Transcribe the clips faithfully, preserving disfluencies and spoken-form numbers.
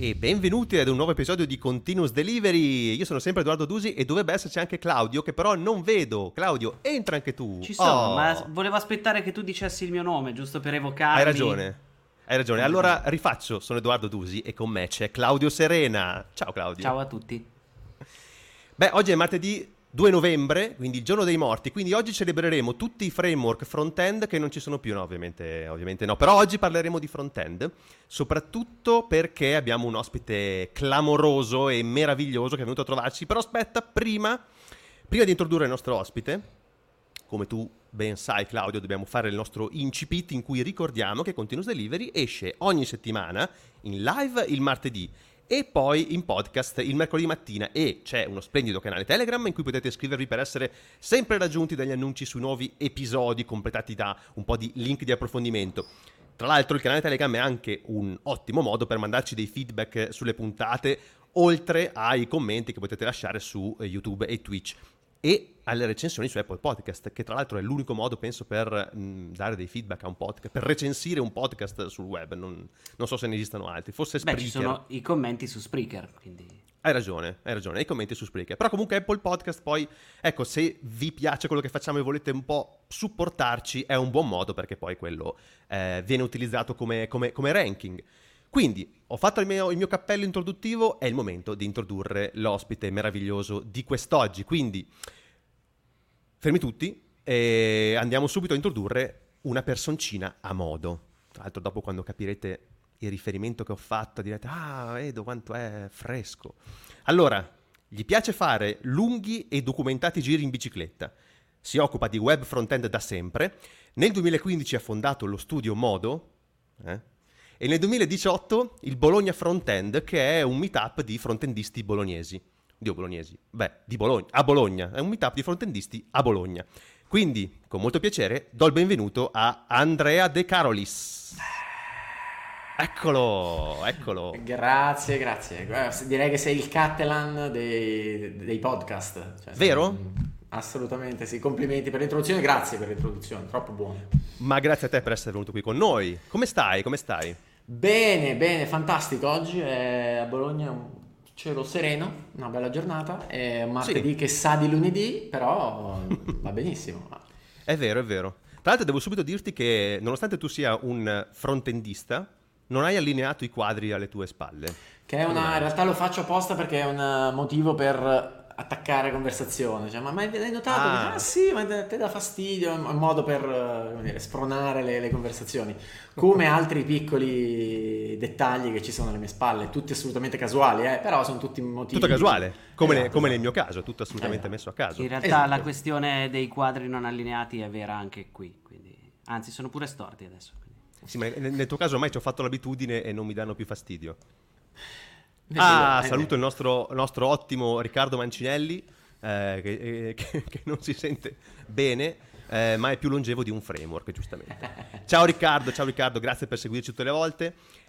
E benvenuti ad un nuovo episodio di Continuous Delivery. Io sono sempre Edoardo Dusi e dovrebbe esserci anche Claudio, che però non vedo. Claudio, entra anche tu. Ci sono, oh. ma volevo aspettare che tu dicessi il mio nome, giusto per evocarmi. Hai ragione, hai ragione. Allora rifaccio, sono Edoardo Dusi e con me c'è Claudio Serena. Ciao Claudio. Ciao a tutti. Beh, oggi è martedì due novembre, quindi il giorno dei morti, quindi oggi celebreremo tutti i framework front-end che non ci sono più, no, ovviamente, ovviamente no, però oggi parleremo di front-end, soprattutto perché abbiamo un ospite clamoroso e meraviglioso che è venuto a trovarci, però aspetta, prima, prima di introdurre il nostro ospite, come tu ben sai Claudio, dobbiamo fare il nostro incipit in cui ricordiamo che Continuous Delivery esce ogni settimana in live il martedì, e poi in podcast il mercoledì mattina, e c'è uno splendido canale Telegram in cui potete iscrivervi per essere sempre raggiunti dagli annunci sui nuovi episodi completati da un po' di link di approfondimento. Tra l'altro il canale Telegram è anche un ottimo modo per mandarci dei feedback sulle puntate, oltre ai commenti che potete lasciare su YouTube e Twitch, e alle recensioni su Apple Podcast, che tra l'altro è l'unico modo, penso, per mh, dare dei feedback a un podcast, per recensire un podcast sul web. Non, non so se ne esistano altri, forse Spreaker. Beh, ci sono i commenti su Spreaker, quindi... Hai ragione, hai ragione, i commenti su Spreaker. Però comunque Apple Podcast poi, ecco, se vi piace quello che facciamo e volete un po' supportarci, è un buon modo, perché poi quello eh, viene utilizzato come, come, come ranking. Quindi, ho fatto il mio, il mio cappello introduttivo, è il momento di introdurre l'ospite meraviglioso di quest'oggi. Quindi, fermi tutti e andiamo subito a introdurre una personcina a modo. Tra l'altro, dopo, quando capirete il riferimento che ho fatto, direte, ah, vedo quanto è fresco. Allora, gli piace fare lunghi e documentati giri in bicicletta. Si occupa di web front-end da sempre. Nel duemilaquindici ha fondato lo studio Modo, eh? E nel duemiladiciotto il Bologna Frontend, che è un meetup di frontendisti bolognesi. Dio bolognesi, beh, di Bologna, a Bologna, è un meetup di frontendisti a Bologna. Quindi, con molto piacere, do il benvenuto a Andrea De Carolis. Eccolo, eccolo. Grazie, grazie. Direi che sei il Catalan dei, dei podcast. Cioè, vero? Sei... Assolutamente sì, complimenti per l'introduzione, grazie per l'introduzione, troppo buona. Ma grazie a te per essere venuto qui con noi. Come stai? Come stai? Bene, bene, fantastico. Oggi è a Bologna un cielo sereno, una bella giornata. È un martedì sì. Che sa di lunedì, però va benissimo. È vero, è vero. Tra l'altro devo subito dirti che nonostante tu sia un frontendista, non hai allineato i quadri alle tue spalle. Che è una, in realtà lo faccio apposta perché è un motivo per attaccare conversazione, cioè, ma mai hai notato? Ah, ah sì, ma te dà fastidio, è un modo per, come dire, spronare le, le conversazioni, come altri piccoli dettagli che ci sono alle mie spalle, tutti assolutamente casuali, eh, però sono tutti motivi. Tutto casuale, come, esatto, ne, come esatto. nel mio caso, tutto assolutamente esatto. messo a caso. In realtà esatto. La questione dei quadri non allineati è vera anche qui, quindi, anzi sono pure storti adesso. Quindi. Sì, ma nel tuo caso ormai ci ho fatto l'abitudine e non mi danno più fastidio. Ah, ah, saluto il nostro, nostro ottimo Riccardo Mancinelli, eh, che, eh, che, che non si sente bene, eh, ma è più longevo di un framework, giustamente. Ciao Riccardo, ciao Riccardo, grazie per seguirci tutte le volte.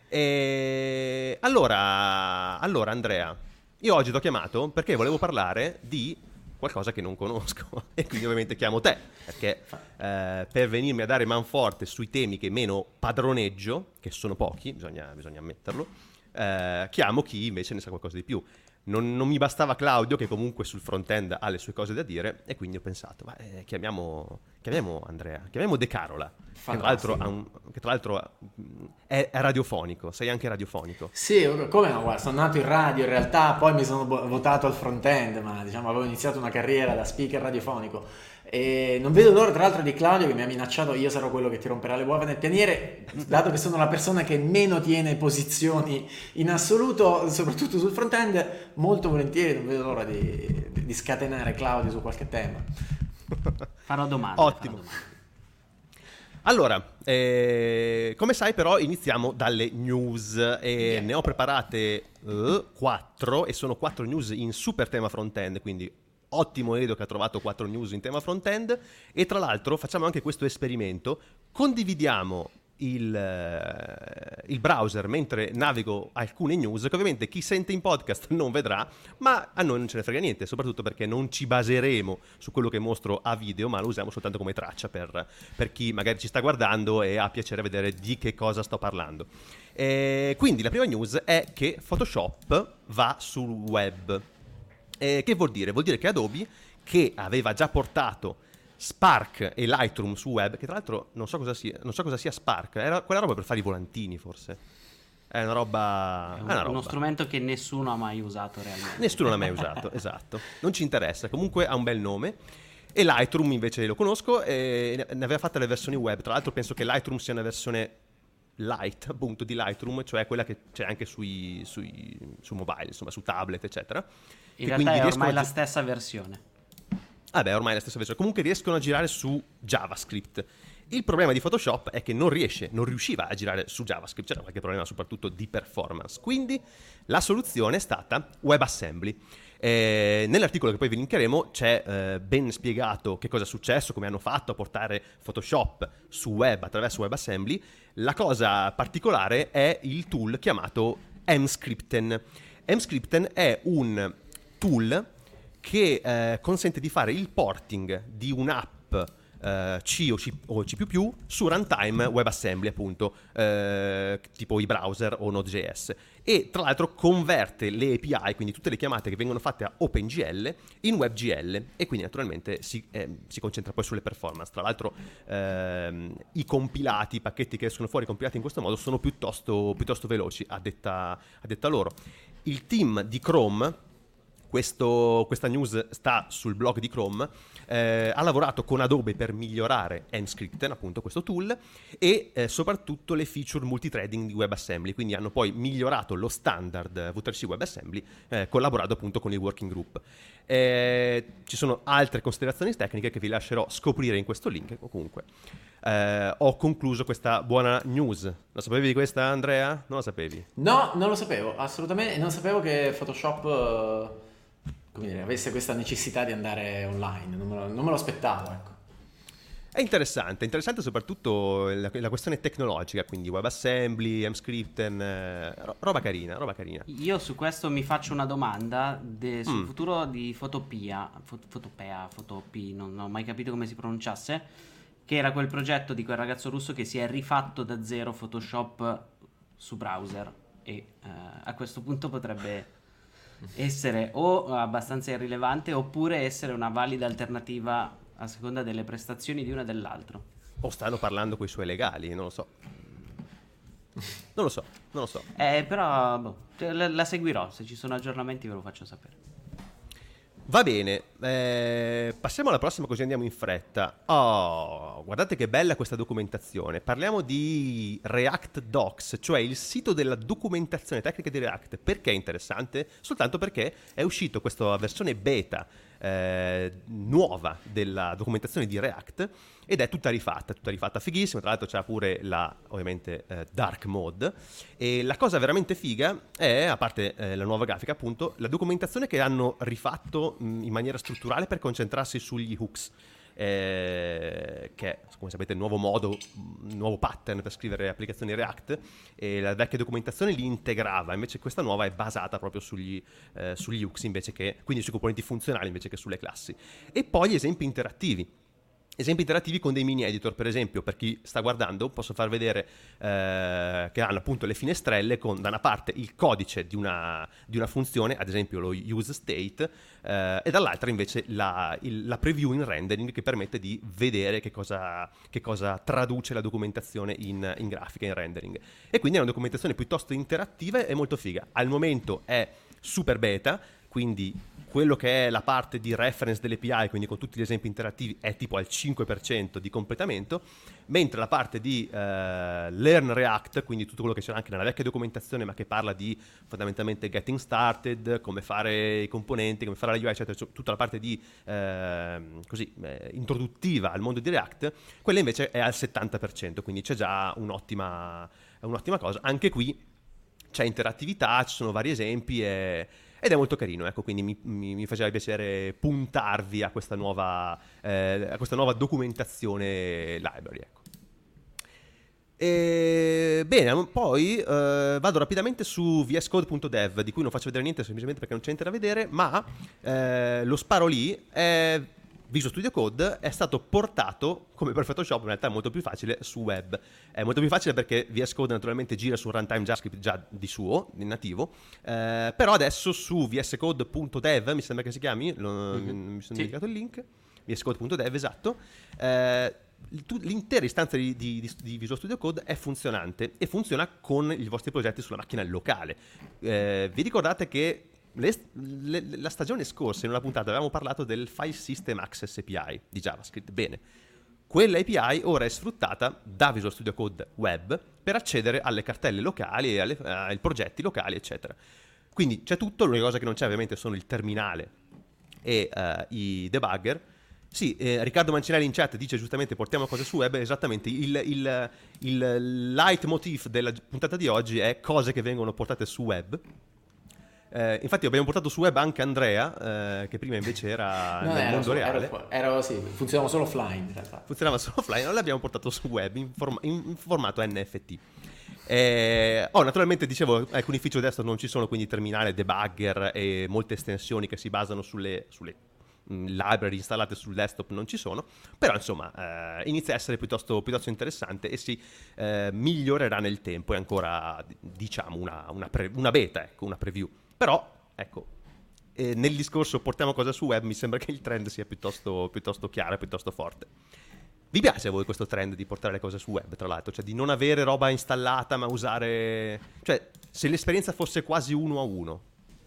E allora, allora Andrea, io oggi ti ho chiamato perché volevo parlare di qualcosa che non conosco e quindi ovviamente chiamo te, perché eh, per venirmi a dare manforte sui temi che meno padroneggio, che sono pochi, bisogna, bisogna ammetterlo, Eh, chiamo chi invece ne sa qualcosa di più. Non, non mi bastava Claudio, che comunque sul front-end ha le sue cose da dire, e quindi ho pensato, ma, eh, chiamiamo, chiamiamo Andrea, chiamiamo De Carola, che tra l'altro, ha un, che tra l'altro è, è radiofonico, sei anche radiofonico. Sì, come no, guarda, sono nato in radio, in realtà poi mi sono votato al front-end, ma diciamo avevo iniziato una carriera da speaker radiofonico. E non vedo l'ora tra l'altro di Claudio che mi ha minacciato io sarò quello che ti romperà le uova nel pianiere, dato che sono la persona che meno tiene posizioni in assoluto, soprattutto sul front-end, molto volentieri non vedo l'ora di, di scatenare Claudio su qualche tema. Farò domande. Ottimo. Farò domande. Allora, eh, come sai però iniziamo dalle news e yeah. ne ho preparate uh, quattro e sono quattro news in super tema front-end, quindi ottimo Edo che ha trovato quattro news in tema front-end. E tra l'altro facciamo anche questo esperimento, condividiamo il, il browser mentre navigo alcune news che ovviamente chi sente in podcast non vedrà, ma a noi non ce ne frega niente, soprattutto perché non ci baseremo su quello che mostro a video, ma lo usiamo soltanto come traccia per, per chi magari ci sta guardando e ha piacere vedere di che cosa sto parlando. E quindi la prima news è che Photoshop va sul web. E che vuol dire? Vuol dire che Adobe, che aveva già portato Spark e Lightroom su web, che tra l'altro non so cosa sia, non so cosa sia Spark, era quella roba per fare i volantini forse. È una roba... È un, è una roba. uno strumento che nessuno ha mai usato realmente. Nessuno l'ha mai usato, esatto. Non ci interessa, comunque ha un bel nome. E Lightroom invece lo conosco e ne aveva fatte le versioni web. Tra l'altro penso che Lightroom sia una versione light, appunto, di Lightroom, cioè quella che c'è anche sui, sui, su mobile, insomma, su tablet, eccetera. In realtà è ormai la stessa versione. Vabbè, ormai è la stessa versione. Comunque riescono a girare su JavaScript. Il problema di Photoshop è che non riesce, non riusciva a girare su JavaScript, c'era qualche problema soprattutto di performance. Quindi la soluzione è stata WebAssembly. Eh, nell'articolo che poi vi linkeremo c'è eh, ben spiegato che cosa è successo, come hanno fatto a portare Photoshop su web attraverso WebAssembly. La cosa particolare è il tool chiamato Emscripten. Emscripten è un tool che eh, consente di fare il porting di un'app eh, C o C, o C++ su runtime WebAssembly, appunto, eh, tipo i browser o Node.js. E tra l'altro converte le A P I, quindi tutte le chiamate che vengono fatte a OpenGL, in WebGL, e quindi naturalmente si, eh, si concentra poi sulle performance. Tra l'altro ehm, i compilati, i pacchetti che escono fuori compilati in questo modo sono piuttosto, piuttosto veloci, a detta, a detta loro. Il team di Chrome, questo, questa news sta sul blog di Chrome, eh, ha lavorato con Adobe per migliorare Emscripten, appunto questo tool, e eh, soprattutto le feature multithreading di WebAssembly, quindi hanno poi migliorato lo standard V tre C WebAssembly, eh, collaborando appunto con il working group. Eh, ci sono altre considerazioni tecniche che vi lascerò scoprire in questo link, o comunque eh, ho concluso questa buona news. La sapevi di questa, Andrea? Non la sapevi? No, non lo sapevo, assolutamente, non sapevo che Photoshop... Uh... come dire, avesse questa necessità di andare online, non me lo, non me lo aspettavo, ecco. È interessante, interessante soprattutto la, la questione tecnologica, quindi WebAssembly, Emscripten, eh, roba carina, roba carina. Io su questo mi faccio una domanda de, sul Mm. futuro di Photopea, Fo- Photopea, Photopea, non, non ho mai capito come si pronunciasse, che era quel progetto di quel ragazzo russo che si è rifatto da zero Photoshop su browser e eh, a questo punto potrebbe essere o abbastanza irrilevante oppure essere una valida alternativa a seconda delle prestazioni di uno e dell'altro. O stanno parlando coi suoi legali, non lo so. Non lo so, non lo so. Eh, però boh, la, la seguirò, se ci sono aggiornamenti ve lo faccio sapere. Va bene, eh, passiamo alla prossima così andiamo in fretta. Oh, guardate che bella questa documentazione. Parliamo di React Docs, cioè il sito della documentazione tecnica di React. Perché è interessante? Soltanto perché è uscito questa versione beta eh, nuova della documentazione di React ed è tutta rifatta, tutta rifatta fighissima. Tra l'altro c'è pure la, ovviamente, eh, dark mode. E la cosa veramente figa è, a parte eh, la nuova grafica appunto, la documentazione che hanno rifatto mh, in maniera strutturale per concentrarsi sugli hooks, eh, che è, come sapete, il nuovo modo, il nuovo pattern per scrivere applicazioni React, e la vecchia documentazione li integrava, invece questa nuova è basata proprio sugli, eh, sugli hooks, invece che, quindi sui componenti funzionali invece che sulle classi. E poi gli esempi interattivi. Esempi interattivi con dei mini editor, per esempio, per chi sta guardando posso far vedere eh, che hanno appunto le finestrelle con da una parte il codice di una, di una funzione, ad esempio lo use state, eh, e dall'altra invece la, il, la preview in rendering che permette di vedere che cosa, che cosa traduce la documentazione in, in grafica, in rendering. E quindi è una documentazione piuttosto interattiva e molto figa. Al momento è super beta, quindi quello che è la parte di reference delle A P I, quindi con tutti gli esempi interattivi, è tipo al cinque per cento di completamento, mentre la parte di uh, Learn React, quindi tutto quello che c'era anche nella vecchia documentazione, ma che parla di fondamentalmente getting started, come fare i componenti, come fare la U I, eccetera, cioè tutta la parte di uh, così eh, introduttiva al mondo di React, quella invece è al settanta per cento, quindi c'è già un'ottima, un'ottima cosa. Anche qui c'è interattività, ci sono vari esempi e... ed è molto carino, ecco, quindi mi, mi, mi faceva piacere puntarvi a questa nuova, eh, a questa nuova documentazione library, ecco. E, bene, poi eh, vado rapidamente su v s code punto dev, di cui non faccio vedere niente semplicemente perché non c'è niente da vedere, ma eh, lo sparo lì, è Visual Studio Code è stato portato, come per Photoshop, in realtà è molto più facile su web. È molto più facile perché V S Code naturalmente gira su runtime JavaScript già di suo, di nativo, eh, però adesso su v s code punto dev, mi sembra che si chiami, lo, mm-hmm. mi sono dimenticato sì. il link, v s code punto dev, esatto, eh, l'intera istanza di, di, di Visual Studio Code è funzionante e funziona con i vostri progetti sulla macchina locale. Eh, vi ricordate che le, le, la stagione scorsa in una puntata avevamo parlato del File System Access A P I di JavaScript? Bene, quella A P I ora è sfruttata da Visual Studio Code Web per accedere alle cartelle locali, alle, ai progetti locali, eccetera. Quindi c'è tutto, l'unica cosa che non c'è ovviamente sono il terminale e uh, i debugger. Sì, eh, Riccardo Mancinelli in chat dice giustamente portiamo cose su web, esattamente il, il, il leitmotiv della puntata di oggi è cose che vengono portate su web. Eh, infatti abbiamo portato su web anche Andrea, eh, che prima invece era no, nel era mondo solo, reale. Ero, ero, sì, funzionava solo offline in realtà. Funzionava solo offline, non l'abbiamo portato su web in, form- in formato N F T. Eh, oh, naturalmente dicevo, alcuni feature adesso non ci sono, quindi terminale, debugger e molte estensioni che si basano sulle... sulle library installate sul desktop non ci sono, però insomma eh, inizia a essere piuttosto, piuttosto interessante e si eh, migliorerà nel tempo. È ancora diciamo una, una, pre- una beta, ecco, una preview, però ecco eh, nel discorso portiamo cosa su web mi sembra che il trend sia piuttosto, piuttosto chiaro, piuttosto forte. Vi piace a voi questo trend di portare le cose su web, tra l'altro, cioè di non avere roba installata ma usare, cioè se l'esperienza fosse quasi uno a uno,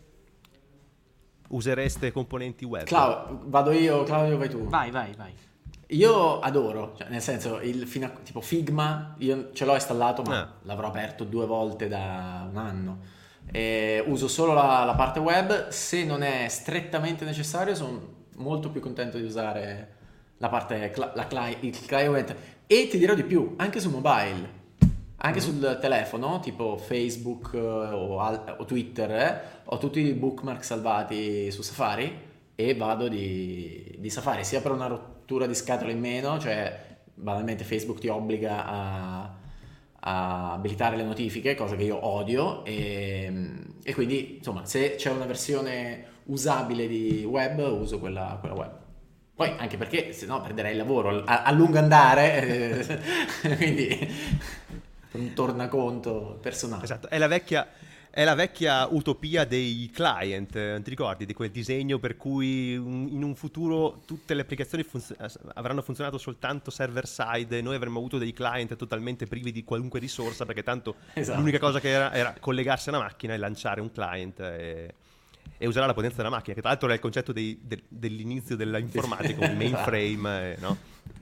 usereste componenti web? Clau- vado io, Claudio, vai tu. Vai, vai, vai. Io adoro, cioè nel senso, il fina- tipo Figma, io ce l'ho installato, ma ah. l'avrò aperto due volte da un anno. E uso solo la, la parte web, se non è strettamente necessario sono molto più contento di usare la parte, cl- la cli- il client. E ti dirò di più, anche su mobile. Anche mm-hmm. sul telefono, tipo Facebook o, al- o Twitter, eh, ho tutti i bookmark salvati su Safari e vado di, di Safari, sia per una rottura di scatola in meno, cioè banalmente Facebook ti obbliga a, a abilitare le notifiche, cosa che io odio, e, e quindi insomma se c'è una versione usabile di web uso quella, quella web. Poi anche perché se no perderei il lavoro a, a lungo andare, eh, quindi... un tornaconto personale. Esatto, è la vecchia è la vecchia utopia dei client, non ti ricordi di quel disegno per cui in un futuro tutte le applicazioni funz- avranno funzionato soltanto server side e noi avremmo avuto dei client totalmente privi di qualunque risorsa perché tanto esatto. l'unica cosa che era era collegarsi alla macchina e lanciare un client e, e usare la potenza della macchina, che tra l'altro era il concetto dei, de, dell'inizio dell'informatica, il mainframe, no?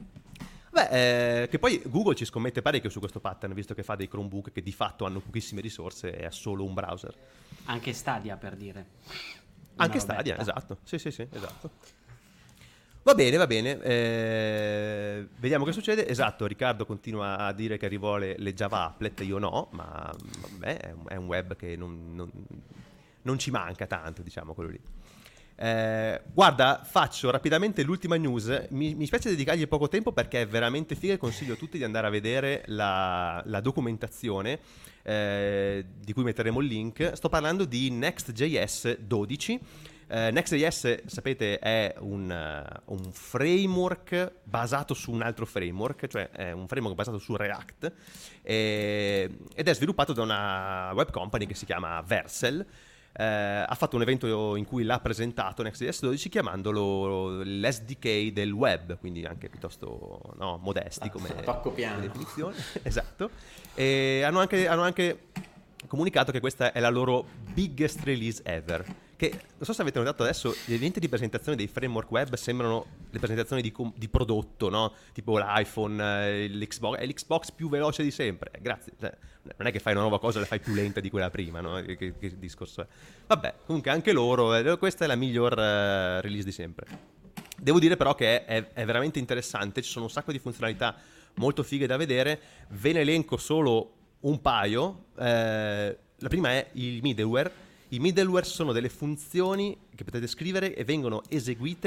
Beh, eh, che poi Google ci scommette parecchio su questo pattern, visto che fa dei Chromebook che di fatto hanno pochissime risorse e ha solo un browser. Anche Stadia, per dire. Anche Stadia, robetta. Esatto. Sì, sì, sì, esatto. Va bene, va bene. Eh, vediamo che succede. Esatto, Riccardo continua a dire che arrivò le, le Java Applet, io no, ma vabbè, è un, è un web che non, non, non ci manca tanto, diciamo, quello lì. Eh, guarda, faccio rapidamente l'ultima news. Mi, mi spiace dedicargli poco tempo perché è veramente figa e consiglio a tutti di andare a vedere la, la documentazione eh, di cui metteremo il link. Sto parlando di Next.js dodici. eh, Next.js, sapete, è un, uh, un framework basato su un altro framework, cioè è un framework basato su React, eh, ed è sviluppato da una web company che si chiama Vercel. Uh, ha fatto un evento in cui l'ha presentato Next.js dodici chiamandolo l'S D K del web, quindi anche piuttosto no, modesti come, come definizione. Esatto. E hanno anche, hanno anche comunicato che questa è la loro biggest release ever, che non so se avete notato adesso gli eventi di presentazione dei framework web sembrano le presentazioni di, di prodotto, no? Tipo l'iPhone, l'Xbox, è l'Xbox più veloce di sempre, grazie, cioè, non è che fai una nuova cosa e la fai più lenta di quella prima, no? Che, che, che discorso è? Vabbè, comunque anche loro, eh, questa è la miglior uh, release di sempre. Devo dire però che è, è, è veramente interessante, ci sono un sacco di funzionalità molto fighe da vedere, ve ne elenco solo un paio. Eh, la prima è il middleware. I middleware sono delle funzioni che potete scrivere e vengono eseguite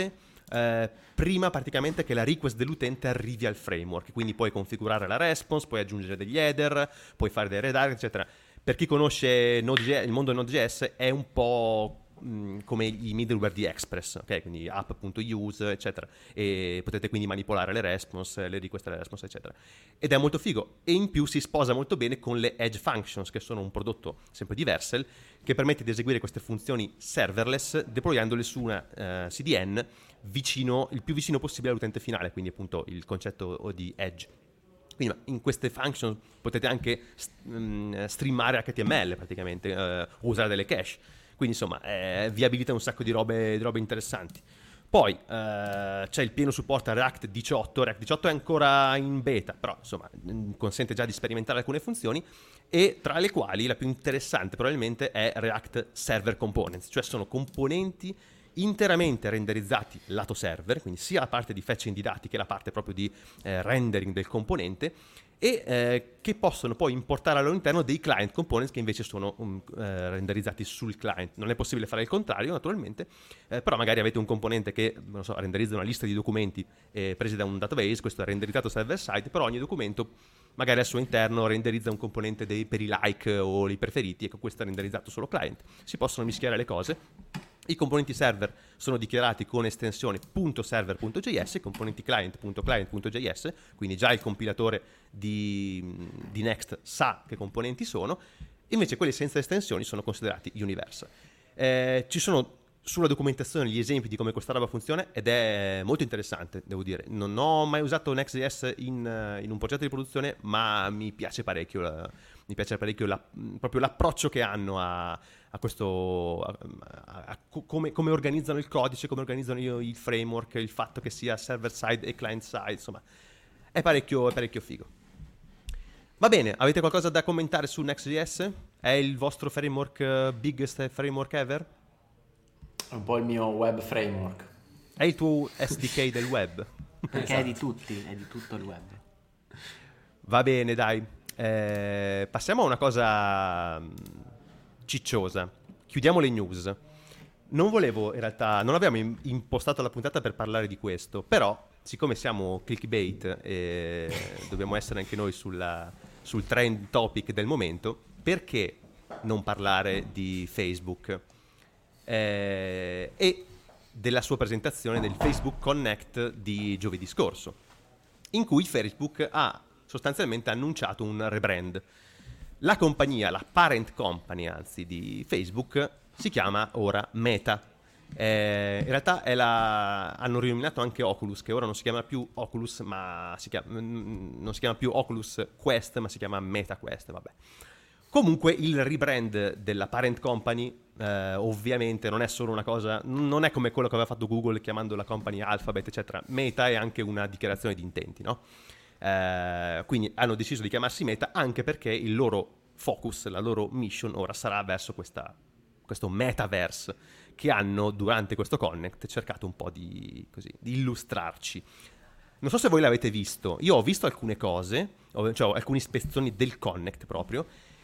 eh, prima praticamente che la request dell'utente arrivi al framework, quindi puoi configurare la response, puoi aggiungere degli header, puoi fare dei redirect, eccetera. Per chi conosce Node.js, il mondo Node.js è un po' mh, come i middleware di Express, ok? Quindi app.use, eccetera. E potete quindi manipolare le response, le request alle response, eccetera. Ed è molto figo. E in più si sposa molto bene con le Edge Functions, che sono un prodotto sempre di Vercel, che permette di eseguire queste funzioni serverless deployandole su una uh, C D N vicino, il più vicino possibile all'utente finale, quindi appunto il concetto di Edge. Quindi in queste function potete anche st- streamare H T M L praticamente, uh, o usare delle cache. Quindi insomma eh, vi abilita un sacco di robe, di robe interessanti. Poi uh, c'è il pieno supporto a React diciotto. React diciotto è ancora in beta, però insomma consente già di sperimentare alcune funzioni, e tra le quali la più interessante probabilmente è React Server Components, cioè sono componenti interamente renderizzati lato server, quindi sia la parte di fetching di dati che la parte proprio di eh, rendering del componente, e eh, che possono poi importare all'interno dei client components che invece sono um, eh, renderizzati sul client. Non è possibile fare il contrario naturalmente, eh, però magari avete un componente che non so, renderizza una lista di documenti eh, presi da un database, questo è renderizzato server side, però ogni documento magari al suo interno renderizza un componente dei, per i like o i preferiti, ecco, questo è renderizzato solo client. Si possono mischiare le cose. I componenti server sono dichiarati con estensione .server.js, i componenti client.client.js, quindi già il compilatore di, di Next sa che componenti sono, invece quelli senza estensioni sono considerati universal. Eh, ci sono sulla documentazione gli esempi di come questa roba funziona ed è molto interessante, devo dire. Non ho mai usato Next.js in, in un progetto di produzione, ma mi piace parecchio, la, mi piace parecchio la, proprio l'approccio che hanno a, a questo, a, a, a come, come organizzano il codice, come organizzano il framework, il fatto che sia server side e client side, insomma, è parecchio, è parecchio figo. Va bene, avete qualcosa da commentare su Next.js? È il vostro framework, uh, biggest framework ever? È un po' il mio web framework. È il tuo S D K del web. Perché Esatto. è di tutti, è di tutto il web. Va bene, dai. Eh, passiamo a una cosa cicciosa. Chiudiamo le news. Non volevo, in realtà, non abbiamo impostato la puntata per parlare di questo, però, siccome siamo clickbait e dobbiamo essere anche noi sulla, sul trend topic del momento, perché non parlare di Facebook? Eh, e della sua presentazione del Facebook Connect di giovedì scorso, in cui Facebook ha sostanzialmente annunciato un rebrand. La compagnia, la parent company anzi di Facebook, si chiama ora Meta. Eh, in realtà è la... hanno rinominato anche Oculus, che ora non si chiama più Oculus, ma si chiama... non si chiama più Oculus Quest, ma si chiama Meta Quest, vabbè. Comunque il rebrand della parent company eh, ovviamente non è solo una cosa, non è come quello che aveva fatto Google chiamando la company Alphabet eccetera. Meta è anche una dichiarazione di intenti, no? Eh, quindi hanno deciso di chiamarsi Meta anche perché il loro focus, la loro mission ora sarà verso questa, questo metaverse che hanno durante questo Connect cercato un po' di, così, di illustrarci. Non so se voi l'avete visto, io ho visto alcune cose, cioè alcune ispezioni del Connect proprio,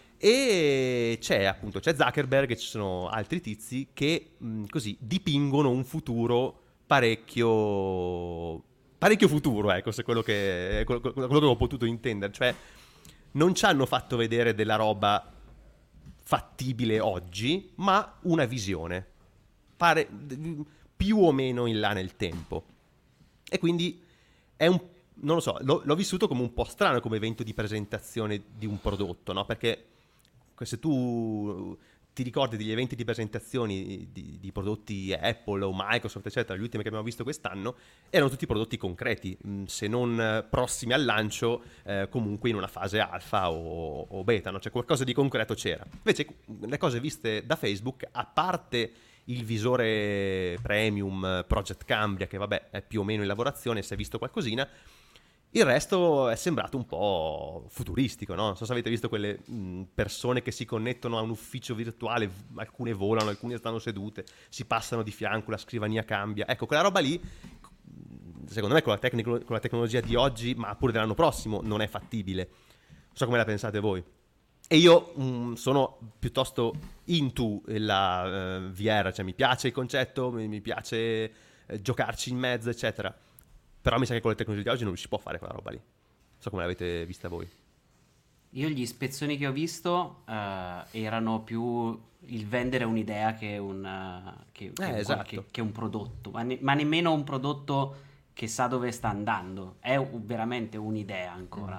e c'è appunto c'è Zuckerberg e ci sono altri tizi che mh, così dipingono un futuro parecchio parecchio futuro, ecco, se quello che quello, quello che ho potuto intendere, cioè non ci hanno fatto vedere della roba fattibile oggi, ma una visione pare più o meno in là nel tempo, e quindi è un, non lo so, l'ho, l'ho vissuto come un po' strano come evento di presentazione di un prodotto, no? Perché se tu ti ricordi degli eventi di presentazioni di, di prodotti Apple o Microsoft, eccetera, gli ultimi che abbiamo visto quest'anno, erano tutti prodotti concreti, se non prossimi al lancio, eh, comunque in una fase alfa o, o beta, no? Cioè qualcosa di concreto c'era. Invece le cose viste da Facebook, a parte il visore premium Project Cambria, che vabbè è più o meno in lavorazione, si è visto qualcosina, il resto è sembrato un po' futuristico, no? Non so se avete visto quelle mh, persone che si connettono a un ufficio virtuale, alcune volano, alcune stanno sedute, si passano di fianco, la scrivania cambia. Ecco, quella roba lì, secondo me con la, tecnico- con la tecnologia di oggi, ma pure dell'anno prossimo, non è fattibile. Non so come la pensate voi. E io mh, sono piuttosto into la uh, V R, cioè mi piace il concetto, mi, mi piace eh, giocarci in mezzo, eccetera. Però mi sa che con le tecnologie di oggi non si può fare quella roba lì. Non so come l'avete vista voi. Io gli spezzoni che ho visto eh, erano più il vendere un'idea che un, uh, che, che, Eh, esatto. che, che un prodotto, ma, ne- ma nemmeno un prodotto che sa dove sta andando, è un- veramente un'idea ancora.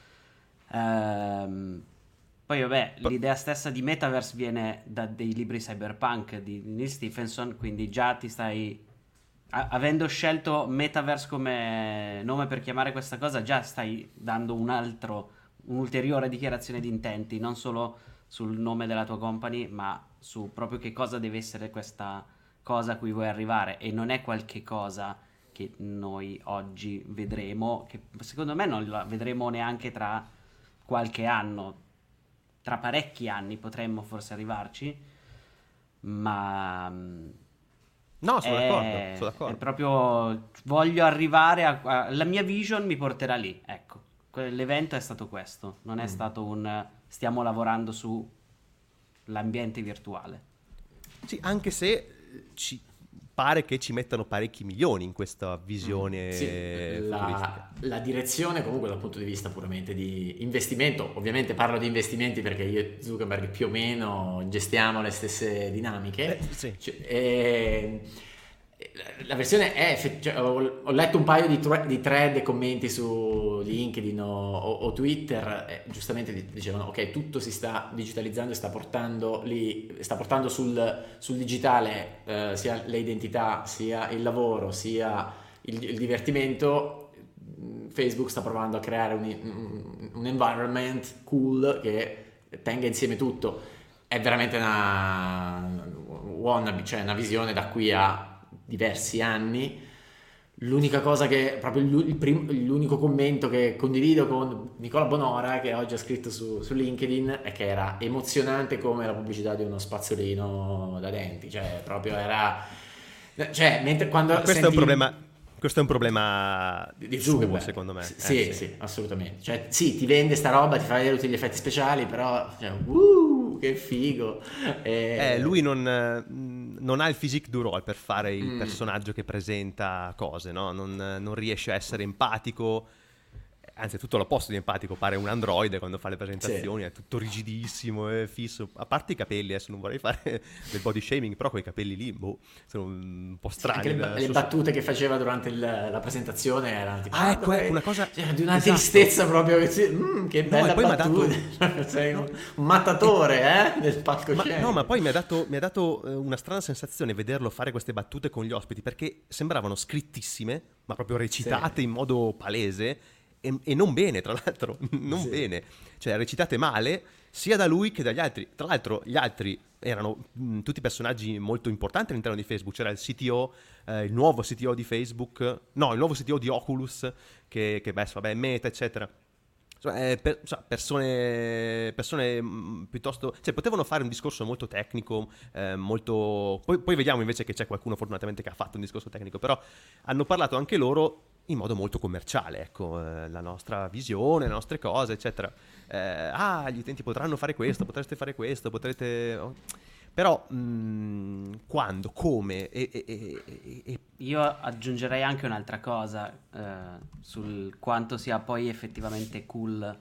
Ehm, poi vabbè, Po- l'idea stessa di Metaverse viene da dei libri cyberpunk di Neil Stephenson, quindi già ti stai... a- avendo scelto Metaverse come nome per chiamare questa cosa, già stai dando un altro, un'ulteriore dichiarazione di intenti, non solo sul nome della tua company, ma su proprio che cosa deve essere questa cosa a cui vuoi arrivare. E non è qualche cosa che noi oggi vedremo, che secondo me non la vedremo neanche tra qualche anno, tra parecchi anni potremmo forse arrivarci, ma No, sono è, d'accordo, sono è d'accordo. proprio voglio arrivare a, a- la mia vision mi porterà lì, ecco. Que- l'evento è stato questo, non è Mm. stato un stiamo lavorando su l'ambiente virtuale. Sì, anche se eh, ci pare che ci mettano parecchi milioni in questa visione Sì, futuristica. la, la direzione comunque dal punto di vista puramente di investimento, ovviamente parlo di investimenti perché io e Zuckerberg più o meno gestiamo le stesse dinamiche. Eh, sì. Cioè, e- la versione è effe- cioè, ho, ho letto un paio di, thre- di thread e commenti su LinkedIn o, o- o Twitter e giustamente di- dicevano ok, tutto si sta digitalizzando e sta portando lì, sta portando sul, sul digitale eh, sia le identità sia il lavoro sia il, il divertimento. Facebook sta provando a creare un, un, un environment cool che tenga insieme tutto. È veramente una, wannabe, cioè una visione da qui a diversi anni. L'unica cosa che proprio il prim- l'unico commento che condivido con Nicola Bonora, che oggi ha scritto su, su LinkedIn, è che era emozionante come la pubblicità di uno spazzolino da denti, cioè proprio era, cioè mentre quando Ma questo senti- è un problema, questo è un problema di, di suo, Zuckerberg, secondo me. sì, Eh, sì, sì, assolutamente, cioè sì, ti vende sta roba, ti fa vedere tutti gli effetti speciali, però cioè, uh, che figo. E- Eh, lui non, eh, non ha il physique du role per fare il Mm. personaggio che presenta cose, no? Non, non riesce a essere empatico, anzi è tutto l'opposto di empatico, pare un androide quando fa le presentazioni, è tutto rigidissimo e fisso, a parte i capelli, adesso non vorrei fare del body shaming, però quei capelli lì, boh, sono un po' strani. Anche le, da- le so- battute che faceva durante il- la presentazione erano tipo, Ah, ecco, dai, ecco, una cosa- cioè, di una esatto. tristezza proprio che si- mm, che No, bella e poi m'ha battuta. Sei un, un mattatore eh, del Ma, palcoscenico. no, ma poi mi ha dato, mi ha dato eh, una strana sensazione vederlo fare queste battute con gli ospiti, perché sembravano scrittissime, ma proprio recitate Sì. in modo palese e, e non bene, tra l'altro, non Sì. bene, cioè recitate male sia da lui che dagli altri. Tra l'altro gli altri erano mh, tutti personaggi molto importanti all'interno di Facebook, c'era il C T O, eh, il nuovo C T O di Facebook, no, il nuovo C T O di Oculus, che, che beh, vabbè, Meta, eccetera. Insomma, eh, per- insomma, persone, persone mh, piuttosto, cioè potevano fare un discorso molto tecnico, eh, molto, poi, poi vediamo invece che c'è qualcuno fortunatamente che ha fatto un discorso tecnico, però hanno parlato anche loro in modo molto commerciale, ecco, eh, la nostra visione, le nostre cose, eccetera. Eh, ah, gli utenti potranno fare questo, potreste fare questo, potrete... oh. Però mh, quando, come e, e- e- e- e- Io aggiungerei anche un'altra cosa eh, sul quanto sia poi effettivamente cool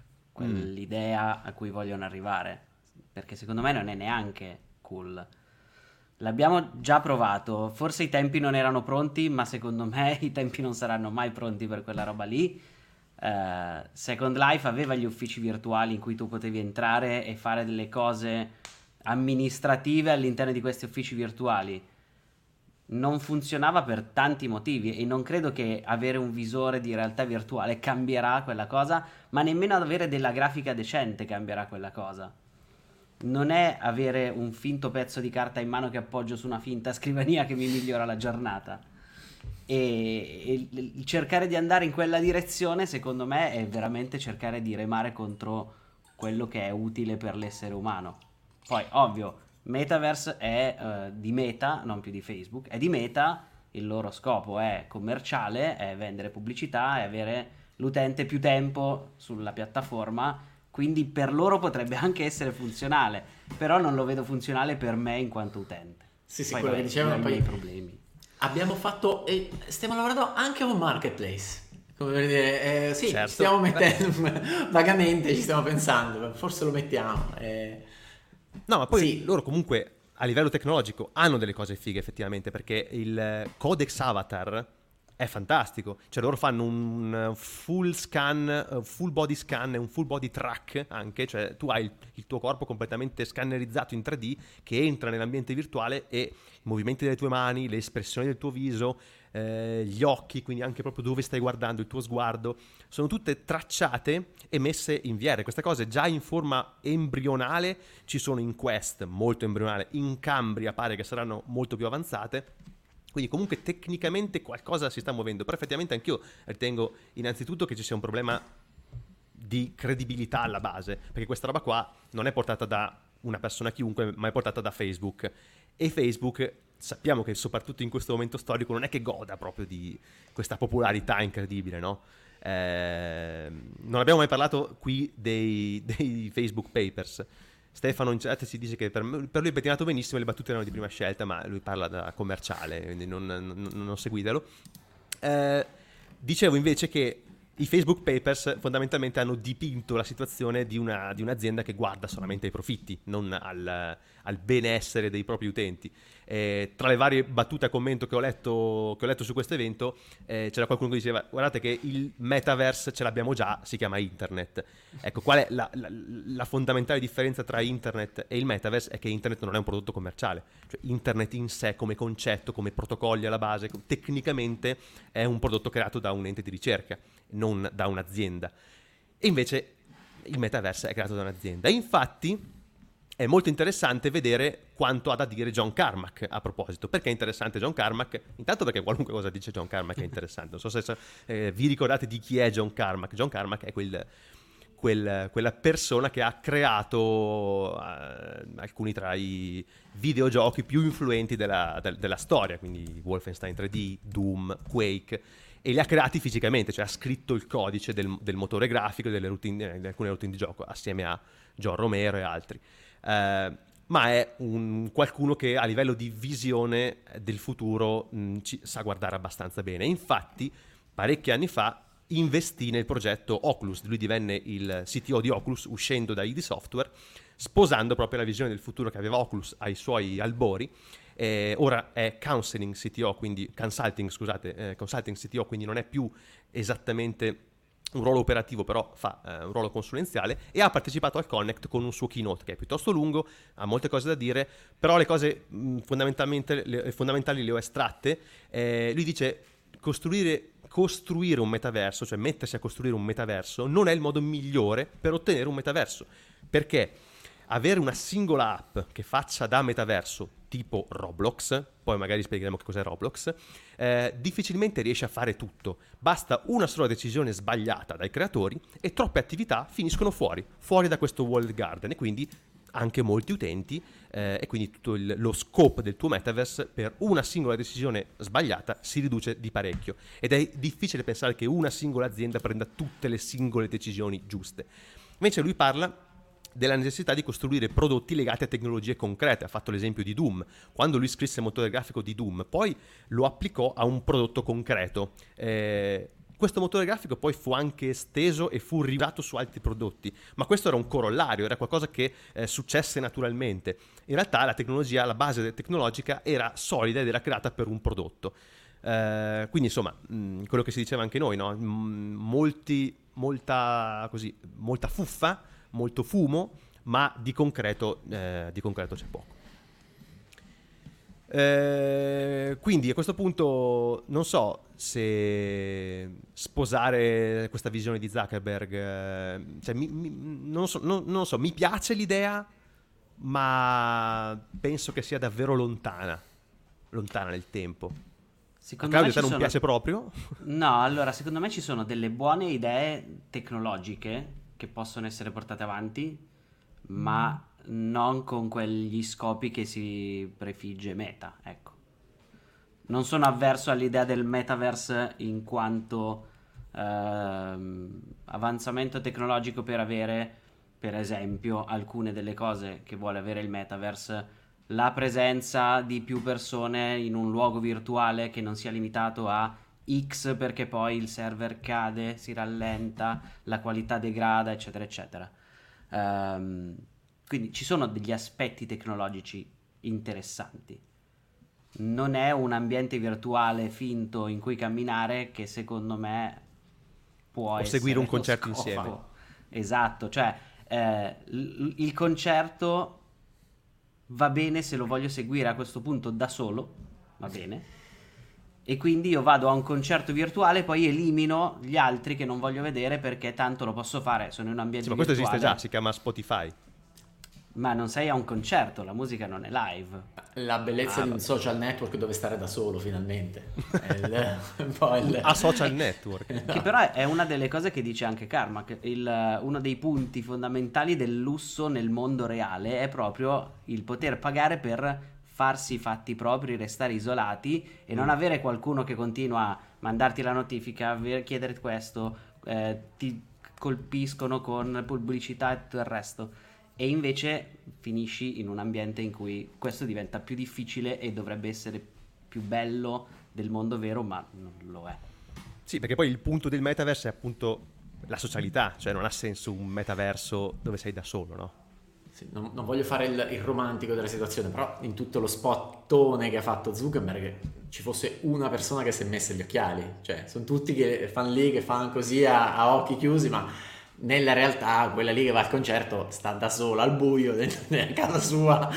quell'idea a cui vogliono arrivare, perché secondo me non è neanche cool. L'abbiamo già provato, forse i tempi non erano pronti, ma secondo me i tempi non saranno mai pronti per quella roba lì. Eh, Second Life aveva gli uffici virtuali in cui tu potevi entrare e fare delle cose amministrative all'interno di questi uffici virtuali. Non funzionava per tanti motivi e non credo che avere un visore di realtà virtuale cambierà quella cosa, ma nemmeno avere della grafica decente cambierà quella cosa. Non è avere un finto pezzo di carta in mano che appoggio su una finta scrivania che mi migliora la giornata. E, e il- il cercare di andare in quella direzione, secondo me, è veramente cercare di remare contro quello che è utile per l'essere umano. Poi, ovvio, Metaverse è eh, di Meta, non più di Facebook, è di Meta, il loro scopo è commerciale, è vendere pubblicità, è avere l'utente più tempo sulla piattaforma, quindi per loro potrebbe anche essere funzionale, però non lo vedo funzionale per me in quanto utente. Sì, sì, Poi, quello vabbè, che dicevano io ho i poi- miei problemi. Abbiamo fatto, e stiamo lavorando anche a un marketplace. Come per dire, eh, sì, Certo. stiamo mettendo vagamente, ci stiamo pensando, forse lo mettiamo. Eh. No, ma poi Sì. loro comunque a livello tecnologico hanno delle cose fighe effettivamente, perché il Codex Avatar è fantastico. Cioè loro fanno un full scan, full body scan e un full body track anche, cioè tu hai il, il tuo corpo completamente scannerizzato in tre D che entra nell'ambiente virtuale e i movimenti delle tue mani, le espressioni del tuo viso, eh, gli occhi, quindi anche proprio dove stai guardando, il tuo sguardo, sono tutte tracciate e messe in V R. Queste cose già in forma embrionale ci sono in Quest, molto embrionale, in Cambria pare che saranno molto più avanzate. Quindi comunque tecnicamente qualcosa si sta muovendo, però effettivamente anch'io ritengo innanzitutto che ci sia un problema di credibilità alla base, perché questa roba qua non è portata da una persona chiunque, ma è portata da Facebook. E Facebook sappiamo che soprattutto in questo momento storico non è che goda proprio di questa popolarità incredibile, no? Eh, non abbiamo mai parlato qui dei, dei Facebook Papers. Stefano in chat si dice che per, per lui è pettinato benissimo, le battute erano di prima scelta, ma lui parla da commerciale, quindi non, non, non seguitelo. Eh, dicevo invece che i Facebook Papers fondamentalmente hanno dipinto la situazione di, una, di un'azienda che guarda solamente ai profitti, non al, al benessere dei propri utenti. Eh, tra le varie battute a commento che ho letto, che ho letto su questo evento, eh, c'era qualcuno che diceva: guardate che il metaverse ce l'abbiamo già, si chiama internet. Ecco, qual è la, la, la fondamentale differenza tra internet e il metaverse? È che internet non è un prodotto commerciale, cioè internet in sé come concetto, come protocolli alla base, tecnicamente è un prodotto creato da un ente di ricerca, non da un'azienda. E invece il metaverse è creato da un'azienda. E infatti è molto interessante vedere quanto ha da dire John Carmack a proposito. Perché è interessante John Carmack? Intanto perché qualunque cosa dice John Carmack è interessante. Non so se eh, vi ricordate di chi è John Carmack. John Carmack è quel, quel, quella persona che ha creato eh, alcuni tra i videogiochi più influenti della, de, della storia, quindi Wolfenstein tre D, Doom, Quake, e li ha creati fisicamente, cioè ha scritto il codice del, del motore grafico delle routine, di alcune routine di gioco assieme a John Romero e altri. Uh, ma è un, qualcuno che a livello di visione del futuro mh, ci sa guardare abbastanza bene. Infatti parecchi anni fa investì nel progetto Oculus. Lui divenne il C T O di Oculus uscendo da I D Software, sposando proprio la visione del futuro che aveva Oculus ai suoi albori. Eh, ora è counseling C T O, quindi consulting, scusate, eh, consulting C T O, quindi non è più esattamente un ruolo operativo, però fa eh, un ruolo consulenziale, e ha partecipato al Connect con un suo keynote che è piuttosto lungo, ha molte cose da dire, però le cose mh, fondamentalmente le, fondamentali le ho estratte. Eh, lui dice: costruire, costruire un metaverso, cioè mettersi a costruire un metaverso, non è il modo migliore per ottenere un metaverso, perché avere una singola app che faccia da metaverso, tipo Roblox, poi magari spiegheremo che cos'è Roblox, eh, difficilmente riesce a fare tutto. Basta una sola decisione sbagliata dai creatori e troppe attività finiscono fuori, fuori da questo walled garden, e quindi anche molti utenti, eh, e quindi tutto il, lo scope del tuo metaverse per una singola decisione sbagliata si riduce di parecchio, ed è difficile pensare che una singola azienda prenda tutte le singole decisioni giuste. Invece lui parla della necessità di costruire prodotti legati a tecnologie concrete. Ha fatto l'esempio di Doom. Quando lui scrisse il motore grafico di Doom, poi lo applicò a un prodotto concreto. Eh, questo motore grafico poi fu anche esteso e fu riusato su altri prodotti, ma questo era un corollario, era qualcosa che eh, successe naturalmente. In realtà la tecnologia, la base tecnologica era solida ed era creata per un prodotto. Eh, quindi insomma, mh, quello che si diceva anche noi, no? M- molti, molta, così, molta fuffa, molto fumo, ma di concreto, eh, di concreto c'è poco. Eh, quindi a questo punto non so se sposare questa visione di Zuckerberg, eh, cioè, mi, mi, non, so, non, non so, mi piace l'idea, ma penso che sia davvero lontana, lontana nel tempo. Secondo a Claudio me te non sono... piace proprio? No, allora secondo me ci sono delle buone idee tecnologiche che possono essere portate avanti, ma non con quegli scopi che si prefigge Meta, ecco. Non sono avverso all'idea del metaverse in quanto ehm, avanzamento tecnologico per avere, per esempio, alcune delle cose che vuole avere il metaverse la presenza di più persone in un luogo virtuale che non sia limitato a X, perché poi il server cade, si rallenta, la qualità degrada, eccetera eccetera. Um, quindi ci sono degli aspetti tecnologici interessanti. Non è un ambiente virtuale finto in cui camminare che secondo me può o essere seguire un lo concerto scopo. insieme. Esatto, cioè eh, l- il concerto va bene se lo voglio seguire a questo punto da solo, va bene, e quindi io vado a un concerto virtuale, poi elimino gli altri che non voglio vedere perché tanto lo posso fare, sono in un ambiente Sì, ma questo virtuale. esiste già, si chiama Spotify. Ma non sei a un concerto, la musica non è live. La bellezza Ah, di un vabbè. social network dove stare da solo finalmente. È il- un po' il- A social network. Che però è una delle cose che dice anche Carmack, il, uno dei punti fondamentali del lusso nel mondo reale è proprio il poter pagare per farsi i fatti propri, restare isolati e non avere qualcuno che continua a mandarti la notifica, avere- chiedere questo, eh, ti colpiscono con pubblicità e tutto il resto. E invece finisci in un ambiente in cui questo diventa più difficile e dovrebbe essere più bello del mondo vero, ma non lo è. Sì, perché poi il punto del metaverso è appunto la socialità, cioè non ha senso un metaverso dove sei da solo, no? Sì, non, non voglio fare il, il romantico della situazione, però in tutto lo spottone che ha fatto Zuckerberg ci fosse una persona che si è messa gli occhiali, cioè sono tutti che fanno lì, che fanno così a, a occhi chiusi, ma nella realtà quella lì che va al concerto sta da sola al buio nella casa sua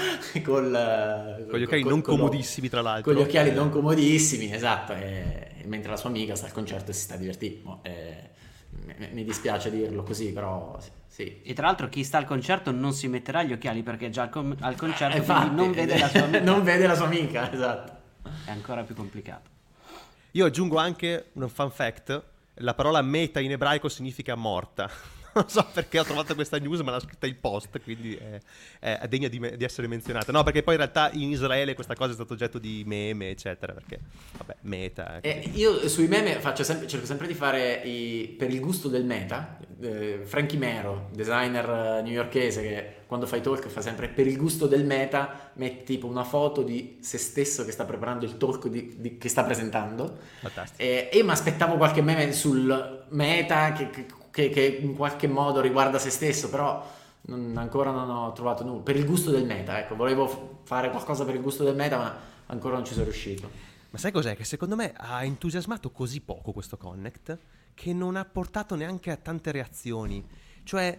col, Con gli occhiali col- non con lo- comodissimi, tra l'altro. con gli occhiali Eh, non comodissimi, esatto, e, e mentre la sua amica sta al concerto e si sta divertendo. Eh, mi, mi dispiace dirlo così, però sì, sì. E tra l'altro chi sta al concerto non si metterà gli occhiali perché è già al, com- al concerto, Eh, quindi infatti, non vede la sua amica. non vede la sua amica, esatto. È ancora più complicato. Io aggiungo anche un fun fact: la parola meta in ebraico significa morta. Non so perché ho trovato questa news, ma l'ha scritta il Post, quindi è, è degna di, me- di essere menzionata. No, perché poi in realtà in Israele questa cosa è stata oggetto di meme, eccetera, perché, vabbè, meta. Eh, io sui meme faccio sempre, cerco sempre di fare i, per il gusto del meta. eh, Frankie Mero, designer eh, newyorkese, che quando fa i talk fa sempre per il gusto del meta, mette tipo una foto di se stesso che sta preparando il talk di- di- che sta presentando. Fantastico. E io mi aspettavo qualche meme sul meta che, che- che- che in qualche modo riguarda se stesso, però non- ancora non ho trovato nulla. Per il gusto del meta, ecco, volevo f- fare qualcosa per il gusto del meta, ma ancora non ci sono riuscito. Ma sai cos'è? Che secondo me ha entusiasmato così poco questo Connect che non ha portato neanche a tante reazioni. Cioè,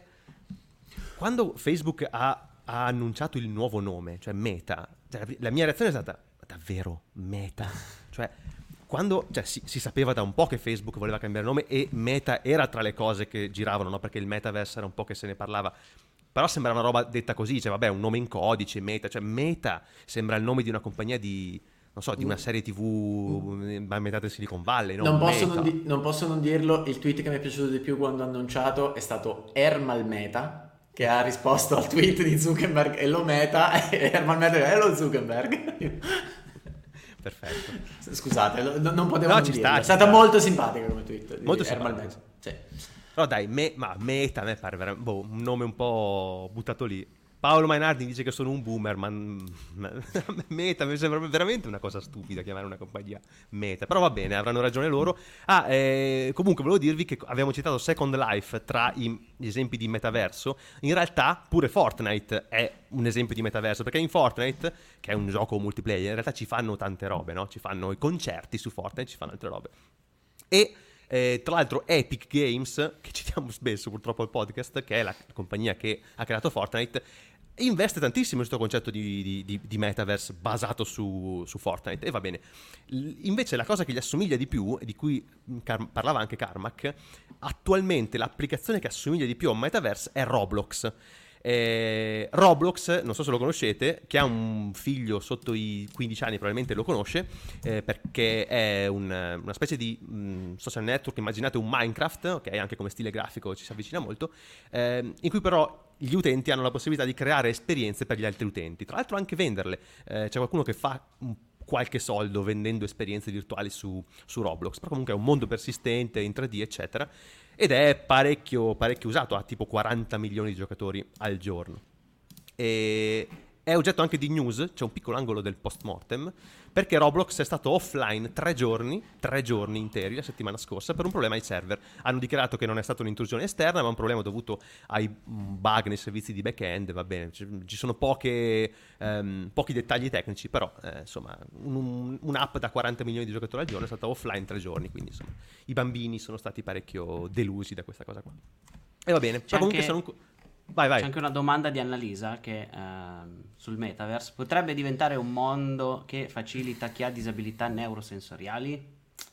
quando Facebook ha, ha annunciato il nuovo nome, cioè Meta, cioè, la- la mia reazione è stata: davvero Meta? Cioè, quando cioè, si, si sapeva da un po' che Facebook voleva cambiare nome e Meta era tra le cose che giravano, no? Perché il metaverse era un po' che se ne parlava. Però sembra una roba detta così, cioè vabbè, un nome in codice, Meta, cioè Meta sembra il nome di una compagnia di, non so, di una serie tivù ambientata in Silicon Valley, no? Non posso Meta. non, di- non posso non dirlo, il tweet che mi è piaciuto di più quando ha annunciato è stato Ermal Meta, che ha risposto al tweet di Zuckerberg e lo Meta, e Ermal Meta è lo Zuckerberg. Perfetto. Scusate, lo- non potevo No, non ci dirlo. sta, È ci stata sta. molto simpatica come tweet di Molto Ermal simpatica. Meta. Sì. Però dai, me- ma Meta a me pare vera- boh, un nome un po' buttato lì. Paolo Mainardi dice che sono un boomer, ma ma- Meta mi sembra veramente una cosa stupida chiamare una compagnia Meta. Però va bene, avranno ragione loro. Ah, eh, comunque volevo dirvi che abbiamo citato Second Life tra i- gli esempi di metaverso. In realtà pure Fortnite è un esempio di metaverso, perché in Fortnite, che è un gioco multiplayer, in realtà ci fanno tante robe, no? Ci fanno i concerti su Fortnite, ci fanno altre robe. E eh, tra l'altro Epic Games, che citiamo spesso purtroppo al podcast, che è la compagnia che ha creato Fortnite, investe tantissimo in questo concetto di, di- di- di metaverse basato su, su Fortnite. E va bene. L- invece la cosa che gli assomiglia di più, e di cui Car- parlava anche Carmack, attualmente l'applicazione che assomiglia di più a un metaverse è Roblox. Eh, Roblox, non so se lo conoscete, che ha un figlio sotto i quindici anni, probabilmente lo conosce, eh, perché è un- una specie di mh, social network, immaginate un Minecraft, ok, anche come stile grafico ci si avvicina molto, eh, in cui però gli utenti hanno la possibilità di creare esperienze per gli altri utenti, tra l'altro anche venderle. Eh, c'è qualcuno che fa un qualche soldo vendendo esperienze virtuali su, su Roblox, però comunque è un mondo persistente in tre D, eccetera, ed è parecchio, parecchio usato, ha tipo quaranta milioni di giocatori al giorno. E è oggetto anche di news, c'è un piccolo angolo del post-mortem, perché Roblox è stato offline tre giorni, tre giorni interi la settimana scorsa per un problema ai server. Hanno dichiarato che non è stata un'intrusione esterna, ma un problema dovuto ai bug nei servizi di back-end, va bene, ci sono poche, um, pochi dettagli tecnici, però eh, insomma un, un'app da quaranta milioni di giocatori al giorno è stata offline tre giorni, quindi insomma i bambini sono stati parecchio delusi da questa cosa qua. E va bene, c'è comunque anche... sono un... Vai, vai. C'è anche una domanda di Annalisa che ehm, sul metaverse potrebbe diventare un mondo che facilita chi ha disabilità neurosensoriali?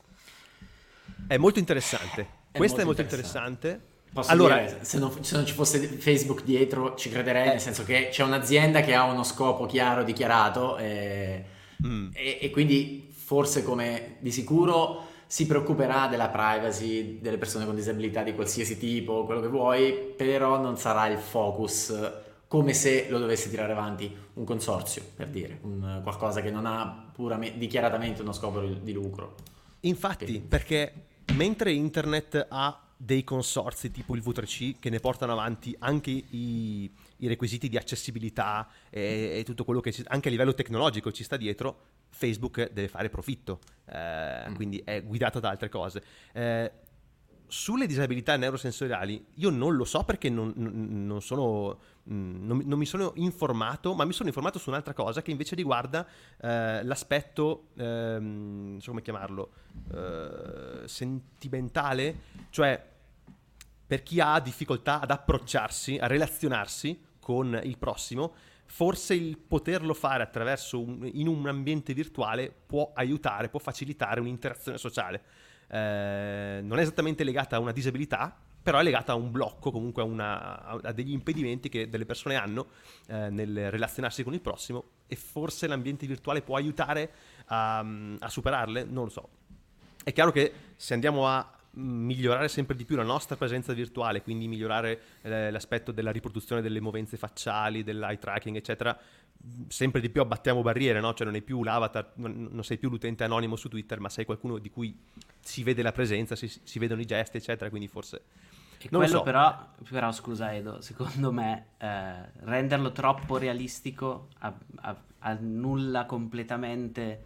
È molto interessante. È Questa molto è molto interessante. interessante. Posso allora, dire, se non, se non ci fosse Facebook dietro ci crederei, nel senso che c'è un'azienda che ha uno scopo chiaro, dichiarato e, mm. e, e quindi forse come di sicuro si preoccuperà della privacy delle persone con disabilità di qualsiasi tipo, quello che vuoi, però non sarà il focus come se lo dovesse tirare avanti un consorzio, per dire, un, qualcosa che non ha puramente, dichiaratamente uno scopo di lucro. Infatti, che... perché mentre internet ha dei consorzi tipo il V tre C che ne portano avanti anche i, i requisiti di accessibilità e, e tutto quello che ci, anche a livello tecnologico ci sta dietro, Facebook deve fare profitto, eh, mm. quindi è guidata da altre cose. Eh, sulle disabilità neurosensoriali io non lo so perché non, non sono non, non mi sono informato, ma mi sono informato su un'altra cosa che invece riguarda eh, l'aspetto ehm, non so come chiamarlo eh, sentimentale, cioè per chi ha difficoltà ad approcciarsi, a relazionarsi con il prossimo, forse il poterlo fare attraverso un, in un ambiente virtuale può aiutare, può facilitare un'interazione sociale. Eh, non è esattamente legata a una disabilità, però è legata a un blocco, comunque a, una, a degli impedimenti che delle persone hanno eh, nel relazionarsi con il prossimo, e forse l'ambiente virtuale può aiutare a, a superarle, non lo so. È chiaro che se andiamo a migliorare sempre di più la nostra presenza virtuale, quindi migliorare eh, l'aspetto della riproduzione delle movenze facciali, dell'eye tracking eccetera, sempre di più abbattiamo barriere, no? Cioè non è più l'avatar, non sei più l'utente anonimo su Twitter, ma sei qualcuno di cui si vede la presenza, si, si vedono i gesti eccetera, quindi forse e non quello lo so. però, però scusa Edo, secondo me eh, renderlo troppo realistico a, a, annulla completamente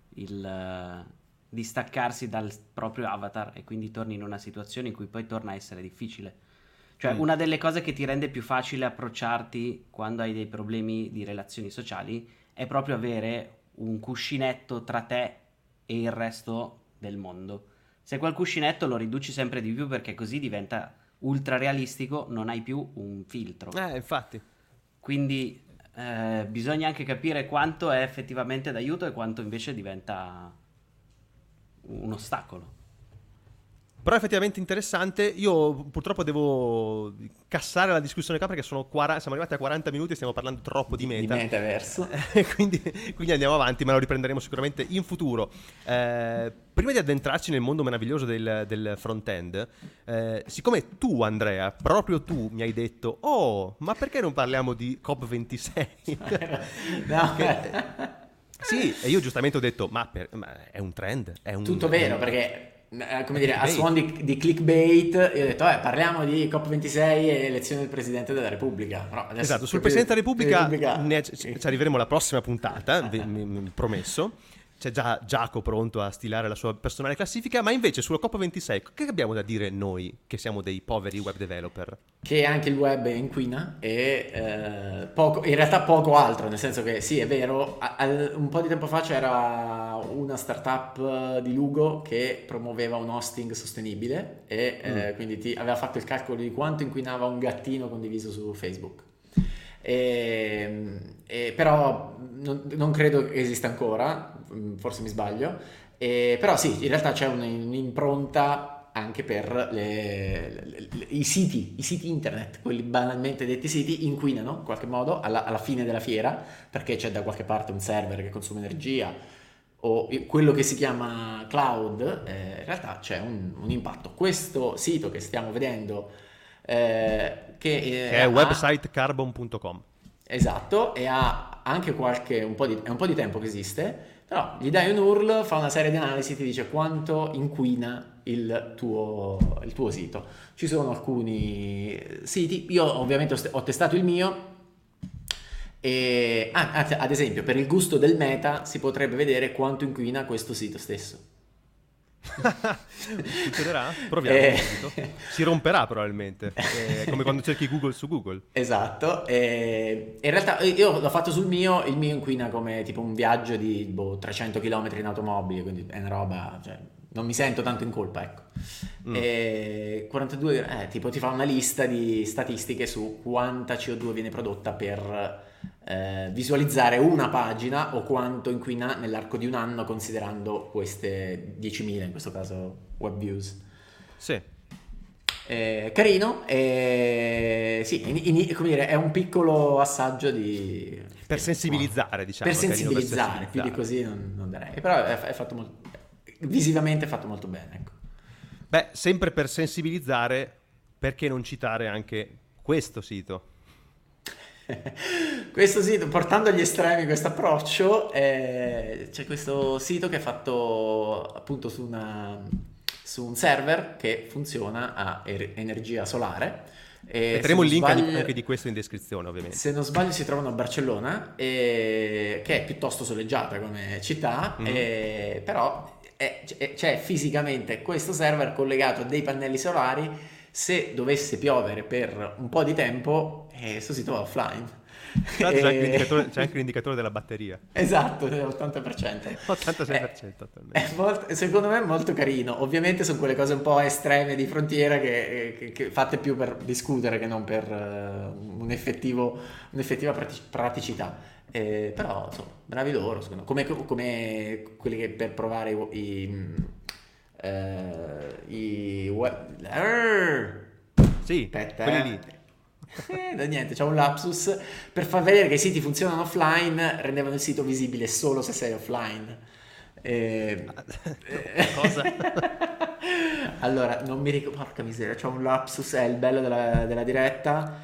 il uh, distaccarsi dal proprio avatar, e quindi torni in una situazione in cui poi torna a essere difficile. Cioè mm. una delle cose che ti rende più facile approcciarti quando hai dei problemi di relazioni sociali è proprio avere un cuscinetto tra te e il resto del mondo. Se quel cuscinetto lo riduci sempre di più, perché così diventa ultra realistico, non hai più un filtro. Eh, infatti. Quindi eh, bisogna anche capire quanto è effettivamente d'aiuto e quanto invece diventa un ostacolo. Però effettivamente interessante. Io purtroppo devo cassare la discussione qua perché sono quaranta, siamo arrivati a quaranta minuti e stiamo parlando troppo di meta. Di metaverso. quindi, quindi andiamo avanti, ma lo riprenderemo sicuramente in futuro. Eh, prima di addentrarci nel mondo meraviglioso del, del front-end, eh, siccome tu, Andrea, proprio tu mi hai detto oh, ma perché non parliamo di C O P ventisei? No. che, sì, e io giustamente ho detto ma, per, ma è un trend, è un, tutto vero, perché come dire, a suon di, di clickbait io ho detto eh, parliamo di C O P ventisei e elezione del Presidente della Repubblica. Però esatto, sul Presidente della Repubblica, Repubblica... Ne, ci, ci arriveremo alla prossima puntata, vi, mi, mi, promesso. C'è già Giacomo pronto a stilare la sua personale classifica, ma invece sulla C O P ventisei che abbiamo da dire noi che siamo dei poveri web developer? Che anche il web inquina e eh, poco, in realtà poco altro, nel senso che sì, è vero, a, a, un po' di tempo fa c'era una startup di Lugo che promuoveva un hosting sostenibile e mm. eh, quindi ti aveva fatto il calcolo di quanto inquinava un gattino condiviso su Facebook. E, e però non, non credo che esista ancora, forse mi sbaglio, e, però sì, in realtà c'è un'impronta anche per le, le, le, i siti, i siti internet, quelli banalmente detti siti, inquinano in qualche modo alla, alla fine della fiera, perché c'è da qualche parte un server che consuma energia o quello che si chiama cloud, eh, in realtà c'è un, un impatto. Questo sito che stiamo vedendo eh, che, eh, che è ha, website carbon punto com. Esatto, e ha anche qualche un po' di, è un po' di tempo che esiste, però gli dai un U R L, fa una serie di analisi, ti dice quanto inquina il tuo, il tuo sito. Ci sono alcuni siti, io ovviamente ho testato il mio E ah, ad esempio, per il gusto del meta si potrebbe vedere quanto inquina questo sito stesso. Succederà? Proviamo Eh. subito. Si romperà probabilmente, è come quando cerchi Google su Google. Esatto, e in realtà io l'ho fatto sul mio, il mio inquina come tipo un viaggio di boh, trecento chilometri in automobile, quindi è una roba, cioè, non mi sento tanto in colpa, ecco. Mm. E quarantadue, eh, tipo ti fa una lista di statistiche su quanta C O due viene prodotta per eh, visualizzare una pagina o quanto inquina nell'arco di un anno considerando queste diecimila in questo caso web views. Sì. Eh, carino, eh, sì, in- in- come dire, è un piccolo assaggio di... Per sensibilizzare, diciamo. Per carino sensibilizzare, più di così non, non darei. Però è, è fatto molto... visivamente è fatto molto bene, ecco. Beh, sempre per sensibilizzare, perché non citare anche questo sito? Questo sito, portando agli estremi questo approccio, eh, c'è questo sito che è fatto appunto su, una, su un server che funziona a er- energia solare. E Metteremo se il non link sbaglio- anche di questo in descrizione, ovviamente. Se non sbaglio si trovano a Barcellona, e- che è piuttosto soleggiata come città, Mhm. e- però è- c'è c'è fisicamente questo server collegato a dei pannelli solari. Se dovesse piovere per un po' di tempo, eh, questo sito va offline. Tra l'altro c'è anche E- l'indicatore, c'è anche l'indicatore della batteria. Esatto, l'ottanta per cento. ottantasei per cento È- attualmente. è molto- secondo me è molto carino. Ovviamente sono quelle cose un po' estreme di frontiera che, che- che fatte più per discutere che non per eh, un effettivo, un'effettiva prati- praticità. Eh, però insomma, bravi loro, secondo me. Come, come quelli che per provare i, i, eh, i web... Arr! Sì, Aspetta, quelli eh. lì. Eh, da niente, c'è un lapsus. Per far vedere che i siti funzionano offline, rendevano il sito visibile solo se sei offline. Eh, Cosa? allora, non mi ricordo. Porca miseria, c'è un lapsus. È il bello della, della diretta.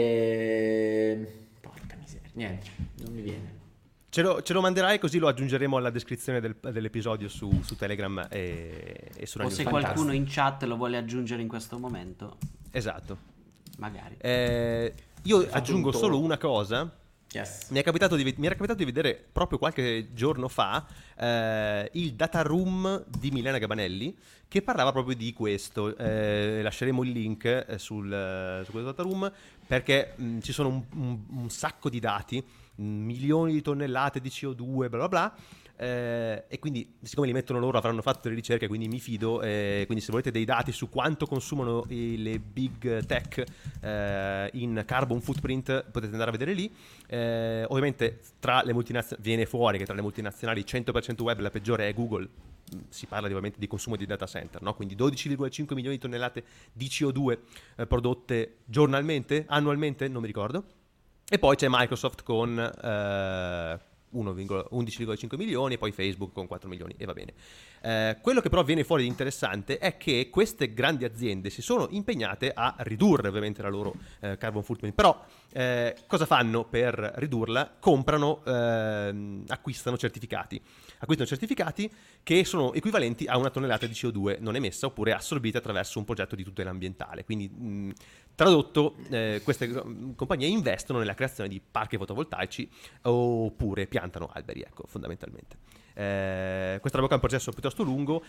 Eh, porca miseria, niente, non mi viene. Ce lo, ce lo manderai così lo aggiungeremo alla descrizione del- dell'episodio su, su Telegram e, e su O Radio se Fantastico. qualcuno in chat lo vuole aggiungere in questo momento, Esatto. magari. Eh, io fatto aggiungo un tour. solo una cosa. Yes. Mi è capitato di, ve- mi era capitato di vedere proprio qualche giorno fa eh, il data room di Milena Gabanelli che parlava proprio di questo. Eh, lasceremo il link eh, sul, eh, su questo data room perché mh, ci sono un, un- un sacco di dati, mh, milioni di tonnellate di C O due, bla bla bla. Eh, e quindi siccome li mettono loro avranno fatto delle ricerche, quindi mi fido, eh, quindi se volete dei dati su quanto consumano i- le big tech eh, in carbon footprint potete andare a vedere lì. Eh, ovviamente tra le multinazionali viene fuori che tra le multinazionali cento per cento web la peggiore è Google. Mm, si parla di, ovviamente di consumo di data center, no? Quindi dodici virgola cinque milioni di tonnellate di C O due eh, prodotte giornalmente, annualmente, non mi ricordo. E poi c'è Microsoft con eh, undici virgola cinque milioni e poi Facebook con quattro milioni e va bene. Eh, quello che però viene fuori di interessante è che queste grandi aziende si sono impegnate a ridurre ovviamente la loro eh, carbon footprint, però eh, cosa fanno per ridurla? Comprano, ehm, acquistano certificati. Acquistano certificati che sono equivalenti a una tonnellata di C O due non emessa oppure assorbita attraverso un progetto di tutela ambientale. Quindi mh, tradotto, eh, queste mh, compagnie investono nella creazione di parchi fotovoltaici oppure piantano alberi, ecco, fondamentalmente. Eh, questo è un processo piuttosto lungo,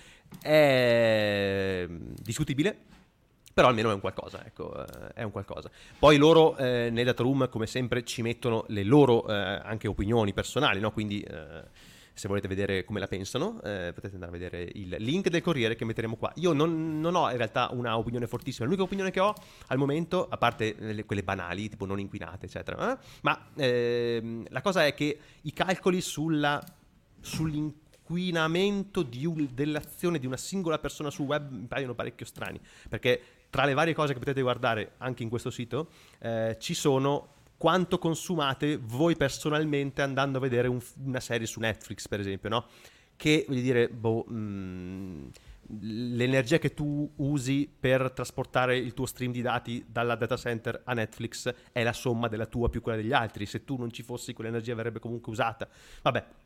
è discutibile, però almeno è un qualcosa, ecco, eh, è un qualcosa. Poi loro eh, nei data room, come sempre, ci mettono le loro eh, anche opinioni personali, no? Quindi eh, se volete vedere come la pensano, eh, potete andare a vedere il link del Corriere che metteremo qua. Io non, non ho in realtà una opinione fortissima, l'unica opinione che ho al momento, a parte le- quelle banali, tipo non inquinate, eccetera, eh, ma ehm, la cosa è che i calcoli sulla, sull'inquinamento di un- dell'azione di una singola persona sul web mi paiono parecchio strani, perché tra le varie cose che potete guardare anche in questo sito eh, ci sono quanto consumate voi personalmente andando a vedere un- una serie su Netflix, per esempio, no? Che, voglio dire, boh, mh, l'energia che tu usi per trasportare il tuo stream di dati dalla data center a Netflix è la somma della tua più quella degli altri. Se tu non ci fossi, quell'energia verrebbe comunque usata. Vabbè,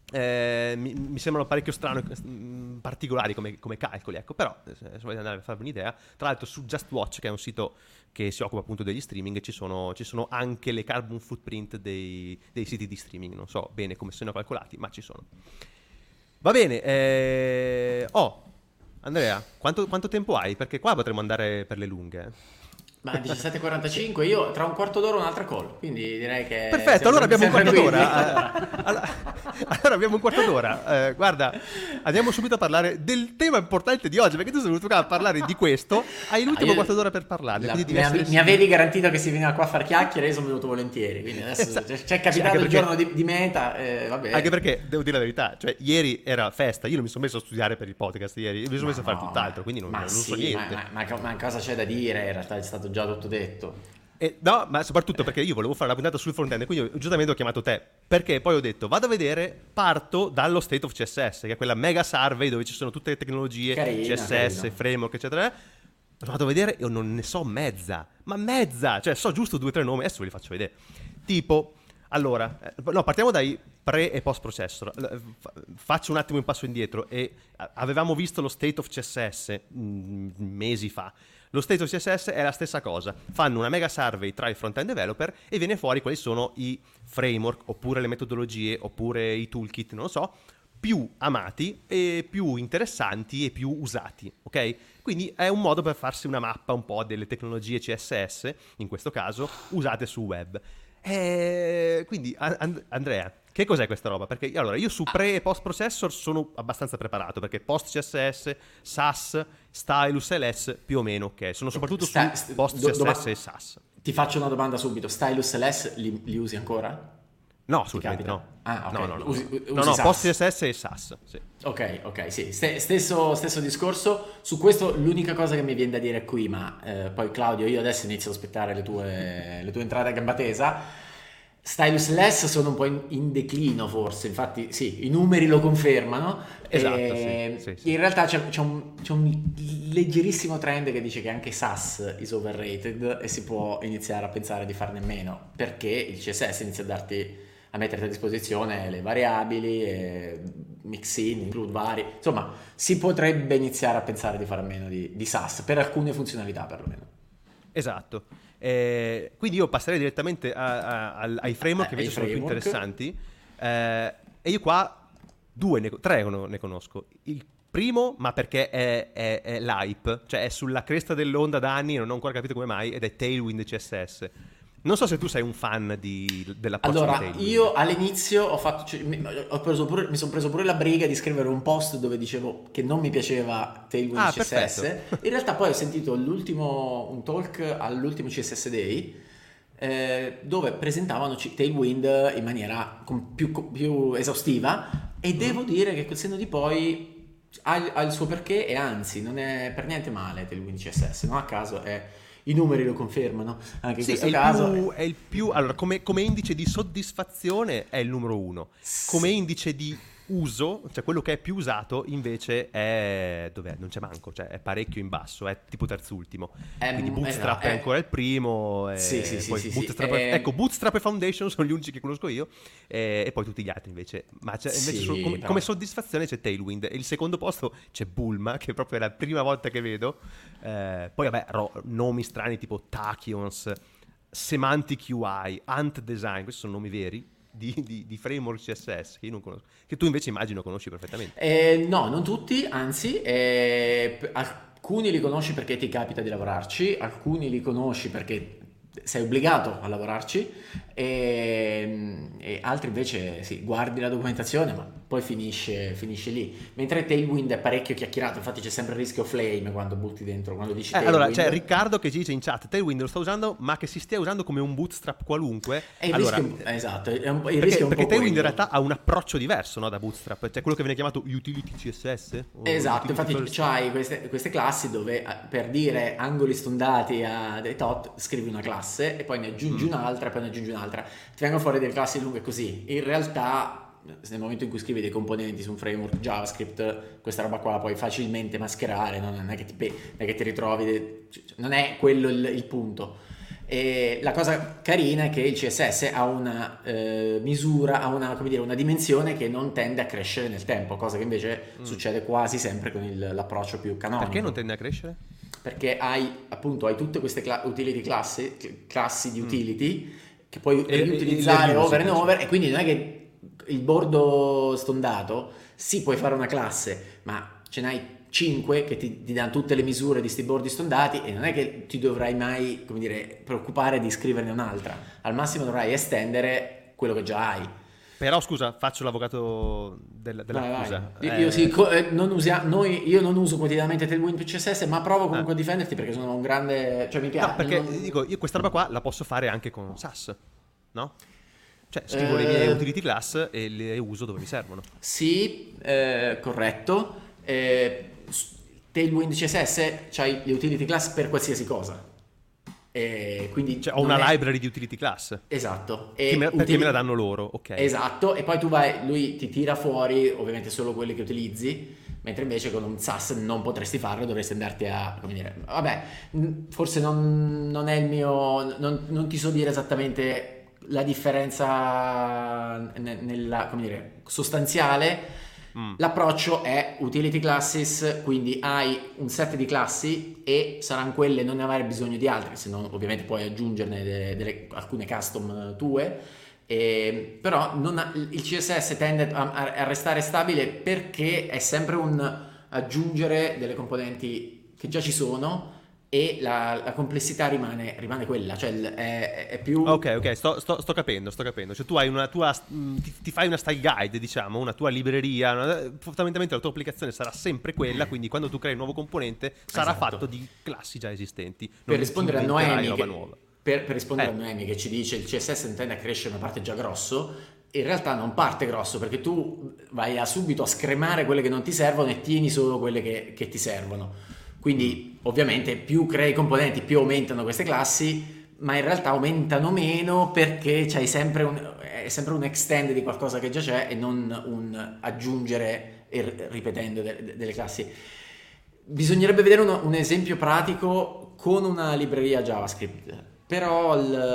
Eh, mi, mi sembrano parecchio strano, particolari come, come calcoli, ecco. Però se, se volete andare a farvi un'idea, tra l'altro su Just Watch, che è un sito che si occupa appunto degli streaming, ci sono, ci sono anche le carbon footprint dei, dei siti di streaming. Non so bene come siano calcolati, ma ci sono. Va bene. eh... Oh, Andrea, quanto, quanto tempo hai? Perché qua potremmo andare per le lunghe, eh. Ma diciassette e quarantacinque, io tra un quarto d'ora un'altra call, quindi direi che... Perfetto, allora abbiamo un quarto tranquilli. d'ora. allora, allora abbiamo un quarto d'ora. Eh, guarda, andiamo subito a parlare del tema importante di oggi, perché tu sei venuto qua a parlare di questo, hai l'ultimo Ah, io- quarto d'ora per parlarne. La- quindi mi, devi ave- essere mi avevi garantito che si veniva qua a far chiacchiere, io sono venuto volentieri, quindi adesso Esatto. c'è, c'è capitato Sì, anche il perché- giorno di, di meta, eh, vabbè. Anche perché, devo dire la verità, cioè ieri era festa, io non mi sono messo a studiare per il podcast ieri, mi sono messo a fare No, tutt'altro, quindi non, ma non so sì, niente. Ma, ma- ma- ma cosa c'è da dire? In realtà è stato già tutto detto. E, no, ma soprattutto perché io volevo fare la puntata sul front-end, quindi giustamente ho chiamato te, perché poi ho detto vado a vedere, parto dallo State of C S S, che è quella mega survey dove ci sono tutte le tecnologie, Carina, C S S, carina. framework, eccetera. Lo vado a vedere e io non ne so mezza, ma mezza, cioè so giusto due o tre nomi, adesso ve li faccio vedere. Tipo, allora, eh, no, partiamo dai pre e post processor. Eh, fa- Faccio un attimo un passo indietro e eh, avevamo visto lo State of C S S mm, mesi fa. Lo State of C S S è la stessa cosa, fanno una mega survey tra i front-end developer e viene fuori quali sono i framework, oppure le metodologie, oppure i toolkit, non lo so, più amati e più interessanti e più usati, ok? Quindi è un modo per farsi una mappa un po' delle tecnologie C S S, in questo caso, usate sul web. E quindi And- Andrea, che cos'è questa roba? Perché allora io su pre e post processor sono abbastanza preparato, perché post C S S, S A S, Stylus L S più o meno ok, sono soprattutto Sta- su st- post do- C S S doma- e S A S. Ti faccio una domanda subito. Stylus L S li, li usi ancora? No, assolutamente capita? no. Ah, ok. No, no, no. Usi- no, usi no, no, S A S? post C S S e S A S, sì. Ok, ok, sì, Ste- stesso, stesso discorso. Su questo l'unica cosa che mi viene da dire qui, ma eh, poi Claudio, io adesso inizio ad aspettare le tue, le tue entrate a gamba tesa. Stylus L S sono un po' in, in declino forse, infatti sì, i numeri lo confermano. Esatto, E sì, sì, sì. In realtà c'è, c'è un, c'è un leggerissimo trend che dice che anche S A S is overrated e si può iniziare a pensare di farne meno, perché il C S S inizia a darti, a metterti a disposizione le variabili, e mix in, include vari, insomma si potrebbe iniziare a pensare di fare a meno di, di S A S per alcune funzionalità perlomeno. Esatto. Eh, quindi io passerei direttamente a- a- al- ai framework Eh, che invece ai sono più framework. interessanti. Eh, e io qua due, ne, tre ne ne conosco. Il primo, ma perché è, è, è l'hype, cioè è sulla cresta dell'onda da anni, non ho ancora capito come mai, ed è Tailwind C S S. Non so se tu sei un fan di, dell'approccio Allora, di Tailwind. io all'inizio ho fatto, cioè, mi, ho preso pure, mi sono preso pure la briga di scrivere un post dove dicevo che non mi piaceva Tailwind Ah, C S S. perfetto. In realtà poi ho sentito l'ultimo, un talk all'ultimo C S S Day eh, dove presentavano C- Tailwind in maniera com- più, co- più esaustiva e devo dire che col senno di poi ha, ha il suo perché e anzi non è per niente male Tailwind C S S, non a caso è... I numeri lo confermano, anche in Sì, questo è il, caso. più, è il più allora come, come indice di soddisfazione è il numero uno, come Sì. indice di uso, cioè quello che è più usato invece è dov'è? Non c'è manco, cioè è parecchio in basso, è tipo terzultimo. È- Quindi è- Bootstrap è, è- ancora il primo, e Sì, sì, sì, poi sì, sì. Bootstrap, È- ecco Bootstrap e Foundation sono gli unici che conosco io, e, e poi tutti gli altri invece. Ma c'è, invece Sì, solo- come, però- come soddisfazione c'è Tailwind, e il secondo posto c'è Bulma, che proprio è la prima volta che vedo. Eh, poi vabbè, ro- nomi strani tipo Tachyons, Semantic U I, Ant Design, questi sono nomi veri di, di, di framework C S S che io non conosco, che tu invece immagino conosci perfettamente. Eh, no, non tutti, anzi, eh, p- alcuni li conosci perché ti capita di lavorarci, alcuni li conosci perché sei obbligato a lavorarci e, e altri invece sì, guardi la documentazione ma poi finisce, finisce lì, mentre Tailwind è parecchio chiacchierato, infatti c'è sempre il rischio flame quando butti dentro, quando dici Eh, Tailwind. allora c'è Riccardo che ci dice in chat Tailwind lo sta usando, ma che si stia usando come un bootstrap qualunque. È il allora, rischio, esatto, è un, po- il perché, rischio è un perché po' Tailwind in quello. realtà ha un approccio diverso, no, da Bootstrap, cioè quello che viene chiamato utility C S S. o Esatto, utility infatti first. c'hai queste, queste classi dove eh, per dire angoli stondati a dei tot scrivi una classe e poi ne aggiungi Mm. un'altra e poi ne aggiungi un'altra. Ti vengono fuori delle classi lunghe così. In realtà nel momento in cui scrivi dei componenti su un framework JavaScript questa roba qua la puoi facilmente mascherare, non è che ti, pe- non è che ti ritrovi, de- cioè, non è quello il, il punto. E la cosa carina è che il C S S ha una eh, misura, ha una, come dire, una dimensione che non tende a crescere nel tempo, cosa che invece mm. succede quasi sempre con il, l'approccio più canonico. Perché non tende a crescere? Perché hai appunto hai tutte queste cla- utility classi, classi di utility mm. che puoi e, riutilizzare e, over and over, e quindi non è che il bordo stondato, sì, puoi fare una classe, ma ce n'hai cinque che ti, ti danno tutte le misure di sti bordi stondati, e non è che ti dovrai mai, come dire, preoccupare di scriverne un'altra. Al massimo dovrai estendere quello che già hai. Però scusa, faccio l'avvocato del, dell'accusa. Vai, vai. Io, eh... sì, co- non usia- noi, io non uso quotidianamente Tailwind C S S, ma provo comunque ah. a difenderti perché sono un grande... Cioè mi piace. No, perché non... dico, io questa roba qua la posso fare anche con S A S, no? Cioè scrivo eh... le mie utility class e le uso dove mi servono. Sì, eh, corretto. Eh, Tailwind C S S c'hai le utility class per qualsiasi cosa. E quindi cioè, ho una è... library di utility class. Esatto. E me, perché util... me la danno loro, ok. Esatto, e poi tu vai, lui ti tira fuori ovviamente solo quelle che utilizzi, mentre invece con un S A S non potresti farlo, dovresti andarti a, come dire, vabbè, forse non, non è il mio, non, non ti so dire esattamente la differenza nella, come dire, sostanziale. Mm. L'approccio è utility classes, quindi hai un set di classi e saranno quelle, non ne avrai bisogno di altre, se no ovviamente puoi aggiungerne delle, delle, alcune custom tue, e, però non ha, il C S S tende a, a restare stabile perché è sempre un aggiungere delle componenti che già ci sono, e la, la complessità rimane, rimane quella, cioè è, è più... Ok, ok, sto, sto, sto capendo, sto capendo. Cioè tu hai una tua, ti, ti fai una style guide, diciamo, una tua libreria, una, fondamentalmente la tua applicazione sarà sempre quella, quindi quando tu crei un nuovo componente sarà esatto. fatto di classi già esistenti. Per rispondere a Noemi, che, nuova. Per, per rispondere eh. a Noemi che ci dice il C S S non tende a crescere ma parte già grosso, in realtà non parte grosso, perché tu vai a subito a scremare quelle che non ti servono e tieni solo quelle che, che ti servono. Quindi ovviamente più crei componenti più aumentano queste classi, ma in realtà aumentano meno perché c'hai sempre un, è sempre un extend di qualcosa che già c'è e non un aggiungere e ripetendo de, de, delle classi. Bisognerebbe vedere uno, un esempio pratico con una libreria JavaScript, però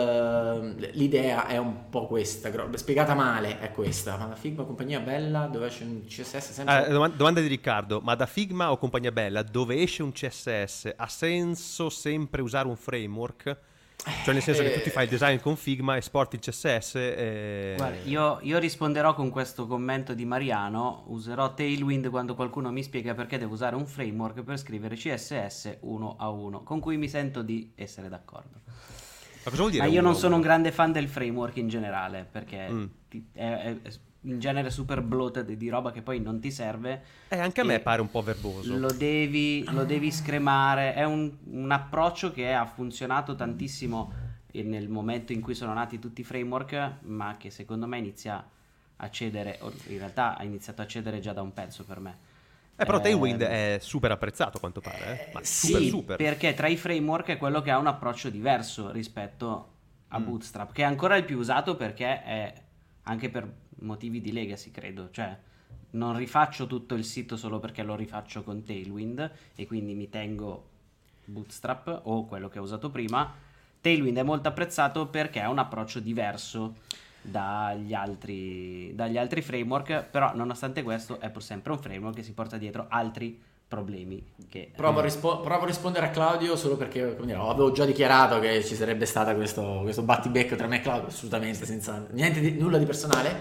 l, l'idea è un po' questa, spiegata male è questa. Ma da Figma compagnia bella dove esce un C S S sempre... eh, domanda, domanda di Riccardo, ma da Figma o compagnia bella dove esce un C S S ha senso sempre usare un framework? Cioè nel senso eh, che tu ti fai il design con Figma, esporti il C S S e... Guarda, io, io risponderò con questo commento di Mariano. Userò Tailwind quando qualcuno mi spiega perché devo usare un framework per scrivere C S S uno a uno, con cui mi sento di essere d'accordo. Ma cosa vuol dire? Ma io uno non sono un grande fan del framework in generale, perché mm. è, è, è in genere super bloated di roba che poi non ti serve. Eh, anche a me pare un po' verboso. Lo devi, lo devi scremare. È un, un approccio che ha funzionato tantissimo nel momento in cui sono nati tutti i framework, ma che secondo me inizia a cedere, in realtà ha iniziato a cedere già da un pezzo per me. Eh, però Tailwind è super apprezzato a quanto pare, eh? Ma super, sì, super. Perché tra i framework è quello che ha un approccio diverso rispetto a mm. Bootstrap, che è ancora il più usato perché è anche per motivi di legacy, credo, cioè non rifaccio tutto il sito solo perché lo rifaccio con Tailwind e quindi mi tengo Bootstrap o quello che ho usato prima. Tailwind è molto apprezzato perché ha un approccio diverso dagli altri, dagli altri framework, però nonostante questo è pur sempre un framework che si porta dietro altri problemi che... Provo, a, rispo- provo a rispondere a Claudio solo perché, come dire, avevo già dichiarato che ci sarebbe stato questo, questo battibecco tra me e Claudio, assolutamente, senza niente di, nulla di personale.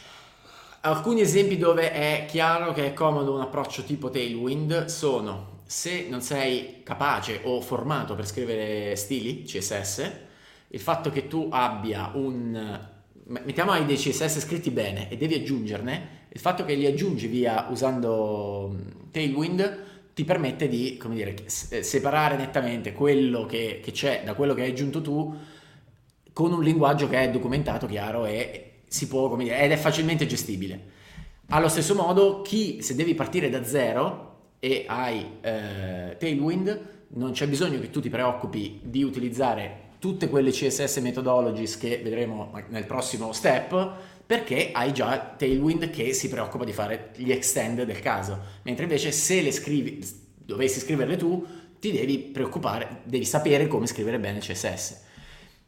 Alcuni esempi dove è chiaro che è comodo un approccio tipo Tailwind sono: se non sei capace o formato per scrivere stili C S S, il fatto che tu abbia un... mettiamo hai dei C S S scritti bene e devi aggiungerne, il fatto che li aggiungi via usando Tailwind ti permette di, come dire, separare nettamente quello che, che c'è da quello che hai aggiunto tu con un linguaggio che è documentato, chiaro e si può, come dire, ed è facilmente gestibile. Allo stesso modo, chi, se devi partire da zero e hai eh, Tailwind, non c'è bisogno che tu ti preoccupi di utilizzare tutte quelle C S S methodologies che vedremo nel prossimo step, perché hai già Tailwind che si preoccupa di fare gli extend del caso, mentre invece se le scrivi, dovessi scriverle tu, ti devi preoccupare, devi sapere come scrivere bene C S S.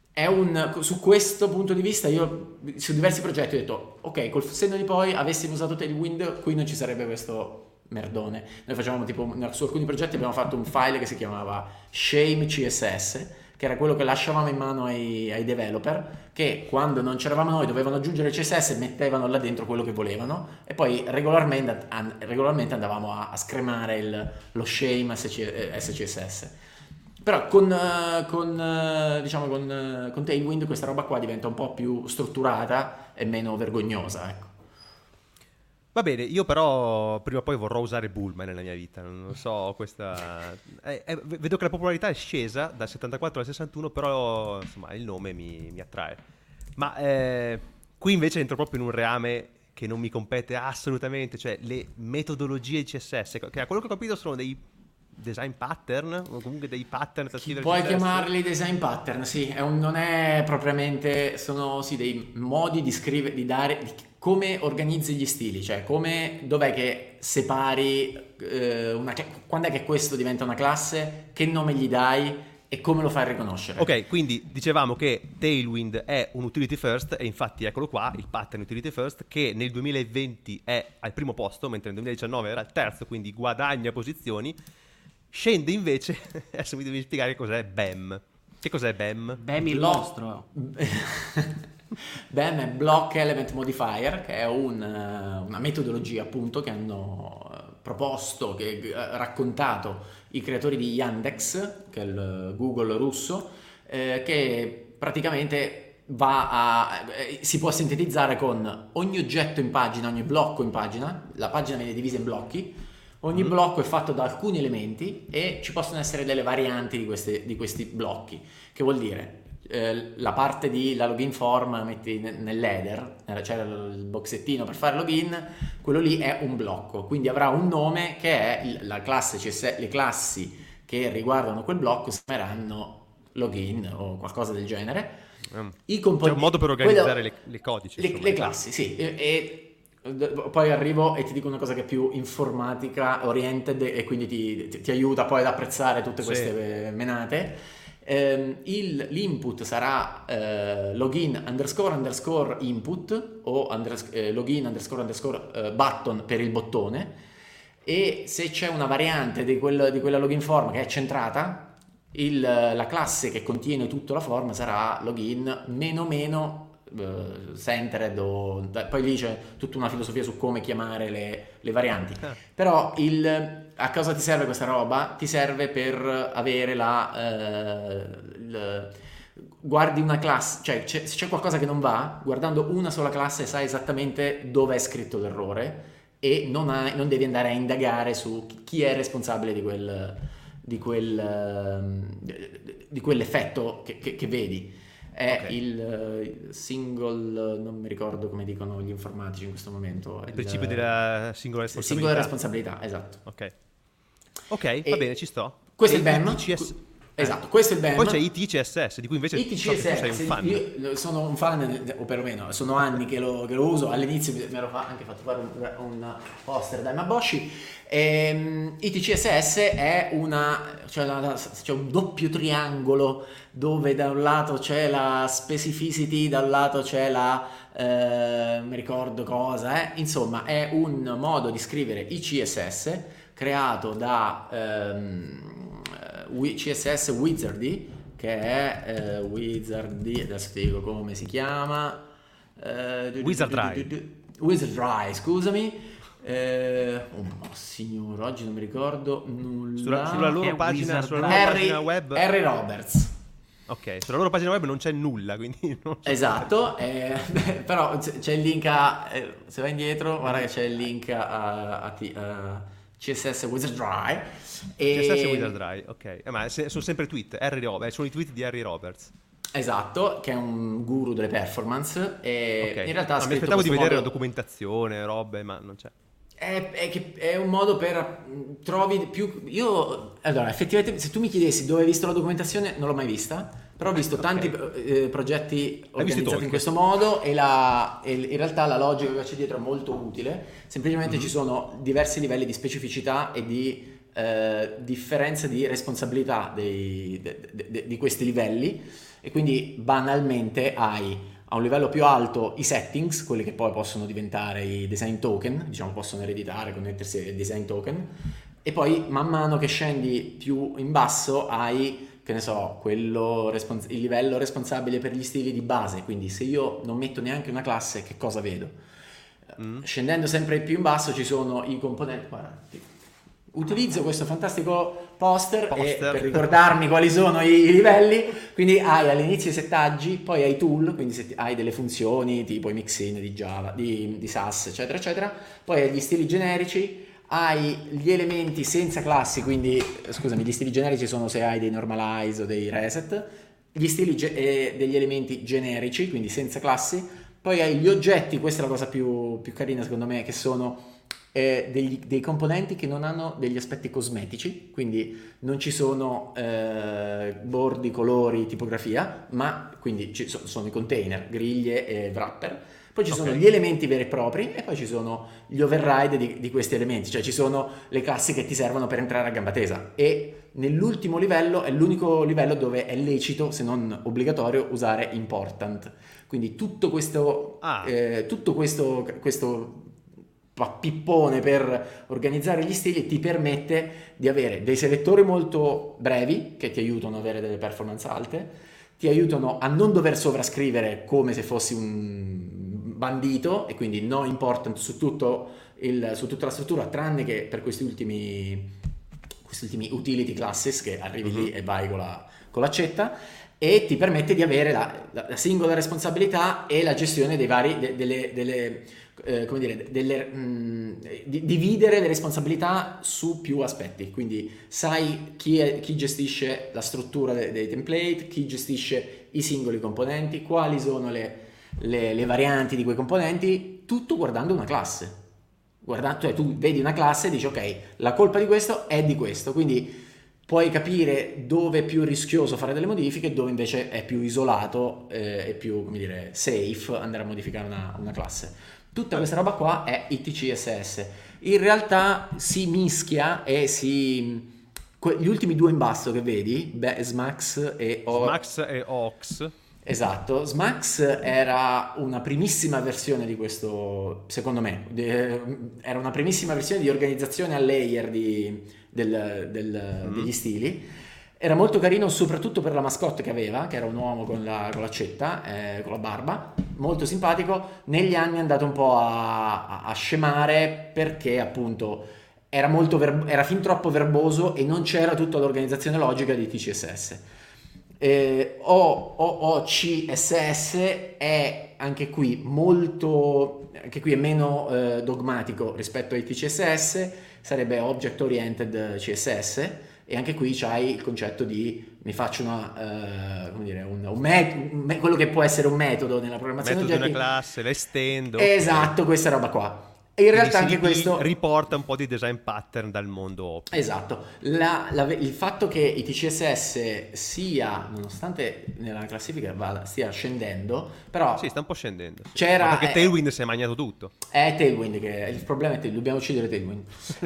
è un, su questo punto di vista io su diversi progetti ho detto ok, col senno di poi avessimo usato Tailwind qui non ci sarebbe questo merdone. Noi facevamo tipo su alcuni progetti abbiamo fatto un file che si chiamava Shame C S S, che era quello che lasciavamo in mano ai, ai developer, che quando non c'eravamo noi dovevano aggiungere il C S S, mettevano là dentro quello che volevano e poi regolarmente, an, regolarmente andavamo a, a scremare il, lo Shame S C S S. Però con, con, diciamo con, con Tailwind questa roba qua diventa un po' più strutturata e meno vergognosa, ecco. Va bene, io però prima o poi vorrò usare Bullman nella mia vita, non lo so, questa... Eh, eh, vedo che la popolarità è scesa dal settantaquattro al sessantuno, però insomma il nome mi, mi attrae. Ma eh, qui invece entro proprio in un reame che non mi compete assolutamente, cioè le metodologie C S S, che a quello che ho capito sono dei design pattern, o comunque dei pattern per scrivere puoi C S S. chiamarli design pattern, sì, è un, non è propriamente, sono sì dei modi di scrivere, di dare, di come organizzi gli stili, cioè come, dov'è che separi eh, una, quando è che questo diventa una classe, che nome gli dai e come lo fai riconoscere. Ok, quindi dicevamo che Tailwind è un utility first e infatti eccolo qua, il pattern utility first, che nel duemilaventi è al primo posto, mentre nel duemiladiciannove era al terzo, quindi guadagna posizioni. Scende invece, adesso mi devi spiegare cos'è B E M. Che cos'è B E M? B E M il Blo- mostro. B E M è Block Element Modifier, che è un, una metodologia appunto che hanno proposto, che ha raccontato i creatori di Yandex, che è il Google russo, eh, che praticamente va a, eh, si può sintetizzare con ogni oggetto in pagina, ogni blocco in pagina, la pagina viene divisa in blocchi. Ogni blocco è fatto da alcuni elementi e ci possono essere delle varianti di, queste, di questi blocchi, che vuol dire eh, la parte di la login form metti nell'header, c'è il boxettino per fare login, quello lì è un blocco, quindi avrà un nome che è la classe C S S, le classi che riguardano quel blocco si chiameranno login o qualcosa del genere. Mm. I compon- C'è un modo per organizzare quello, le, le codici. Le, insomma, le classi, sì, e, e poi arrivo e ti dico una cosa che è più informatica oriented e quindi ti, ti, ti aiuta poi ad apprezzare tutte queste sì. menate. Eh, il, l'input sarà eh, login underscore underscore input o unders- eh, login underscore underscore eh, button per il bottone, e se c'è una variante di, quel, di quella login form che è centrata, il, la classe che contiene tutta la form sarà login meno meno Uh, centered o, poi lì c'è tutta una filosofia su come chiamare le, le varianti. Ah. Però il, a cosa ti serve questa roba? Ti serve per avere la uh, il, guardi una classe, cioè c'è, se c'è qualcosa che non va, guardando una sola classe sai esattamente dove è scritto l'errore e non, hai, non devi andare a indagare su chi è responsabile di quel di quel di quell'effetto che, che, che vedi. È okay. il uh, single, non mi ricordo come dicono gli informatici in questo momento. Il, il principio della singola responsabilità. Singola responsabilità, esatto. Ok, ok, va bene, ci sto. Questo e è il B E M. I T C S... Esatto, questo è il B E M. Poi c'è I T C S S, di cui invece I T C S S, so tu sei un fan. Io sono un fan, o perlomeno sono anni che lo, che lo uso. All'inizio mi ero anche fatto fare un, un poster da Maboshi. Ehm, I T C S S è una, cioè una, c'è un doppio triangolo dove da un lato c'è la specificity, da un lato c'è la eh, mi ricordo cosa, eh. Insomma è un modo di scrivere I C S S creato da ehm, C S S Wizardy, che è eh, Wizardy, adesso ti dico come si chiama, eh, Wizardry Wizardry, scusami. Eh, oh signore, oggi non mi ricordo nulla. Sulla, sulla loro, pagina, sulla loro Harry, pagina web Harry Roberts. Ok, sulla loro pagina web non c'è nulla, quindi non so. Esatto, eh, però c'è il link a, eh, se vai indietro guarda che c'è il link a, a, a, a C S S Wizardry e... C S S Wizardry, ok, eh, ma se, sono sempre tweet, Harry Roberts, sono i tweet di Harry Roberts. Esatto, che è un guru delle performance e okay. in realtà ah, mi aspettavo di vedere modo... la documentazione, robe, ma non c'è. È, è, che è un modo per trovi più io allora effettivamente se tu mi chiedessi dove hai visto la documentazione non l'ho mai vista, però ho visto okay. tanti eh, progetti organizzati in questo modo e, la, e in realtà la logica che c'è dietro è molto utile, semplicemente mm-hmm. ci sono diversi livelli di specificità e di eh, differenza di responsabilità dei, de, de, de, di questi livelli e quindi banalmente hai a un livello più alto i settings, quelli che poi possono diventare i design token, diciamo possono ereditare, connettersi ai design token, e poi man mano che scendi più in basso hai, che ne so, quello respons- il livello responsabile per gli stili di base, quindi se io non metto neanche una classe, che cosa vedo? Mm. Scendendo sempre più in basso ci sono i componenti. Guarda, utilizzo questo fantastico poster, poster. E per ricordarmi quali sono i, i livelli, quindi hai all'inizio i settaggi, poi hai i tool, quindi se hai delle funzioni tipo i mixin di Java, di, di Sass, eccetera eccetera, poi hai gli stili generici, hai gli elementi senza classi, quindi scusami, gli stili generici sono se hai dei normalize o dei reset, gli stili ge- eh, degli elementi generici, quindi senza classi, poi hai gli oggetti, questa è la cosa più, più carina secondo me, che sono eh, degli, dei componenti che non hanno degli aspetti cosmetici, quindi non ci sono eh, bordi, colori, tipografia, ma quindi ci sono, sono i container, griglie e wrapper. Poi ci okay. sono gli elementi veri e propri e poi ci sono gli override di, di questi elementi, cioè ci sono le classi che ti servono per entrare a gamba tesa, e nell'ultimo livello è l'unico livello dove è lecito, se non obbligatorio, usare important. Quindi tutto questo, ah. eh, tutto questo, questo pippone per organizzare gli stili ti permette di avere dei selettori molto brevi che ti aiutano ad avere delle performance alte, ti aiutano a non dover sovrascrivere come se fossi un bandito, e quindi no important su, tutto il, su tutta la struttura, tranne che per questi ultimi, questi ultimi utility classes che arrivi mm-hmm. lì e vai con, la, con l'accetta, e ti permette di avere la, la singola responsabilità e la gestione dei vari, de, delle, delle eh, come dire, delle, mh, di, dividere le responsabilità su più aspetti, quindi sai chi, è, chi gestisce la struttura dei, dei template, chi gestisce i singoli componenti, quali sono le Le, le varianti di quei componenti, tutto guardando una classe. Guardando, cioè tu vedi una classe e dici ok, la colpa di questo è di questo, quindi puoi capire dove è più rischioso fare delle modifiche, dove invece è più isolato eh, e più, come dire, safe andare a modificare una, una classe. Tutta questa roba qua è I T C S S. In realtà si mischia e si... Gli ultimi due in basso che vedi, beh, Smax e O... Smax e Ox. Esatto, Smax era una primissima versione di questo, secondo me, era una primissima versione di organizzazione a layer di, del, del, mm. degli stili. Era molto carino soprattutto per la mascotte che aveva, che era un uomo con, la, con l'accetta, eh, con la barba, molto simpatico. Negli anni è andato un po' a, a, a scemare perché appunto era, molto verbo, era fin troppo verboso e non c'era tutta l'organizzazione logica di T C S S. Eh, O O C S S è anche qui molto, anche qui è meno eh, dogmatico rispetto ai T C S S, sarebbe Object Oriented C S S, e anche qui c'hai il concetto di mi faccio una uh, come dire un, un, met- un quello che può essere un metodo nella programmazione metodo oggetti, di una classe, la estendo, esatto, questa roba qua. E in realtà anche questo riporta un po' di design pattern dal mondo open. Esatto, la, la, il fatto che i T C S S sia, nonostante nella classifica vada, stia scendendo, però sì, sta un po' scendendo, sì. C'era, ma perché Tailwind eh, si è magnato tutto. È Tailwind che il problema è Tailwind, dobbiamo uccidere Tailwind.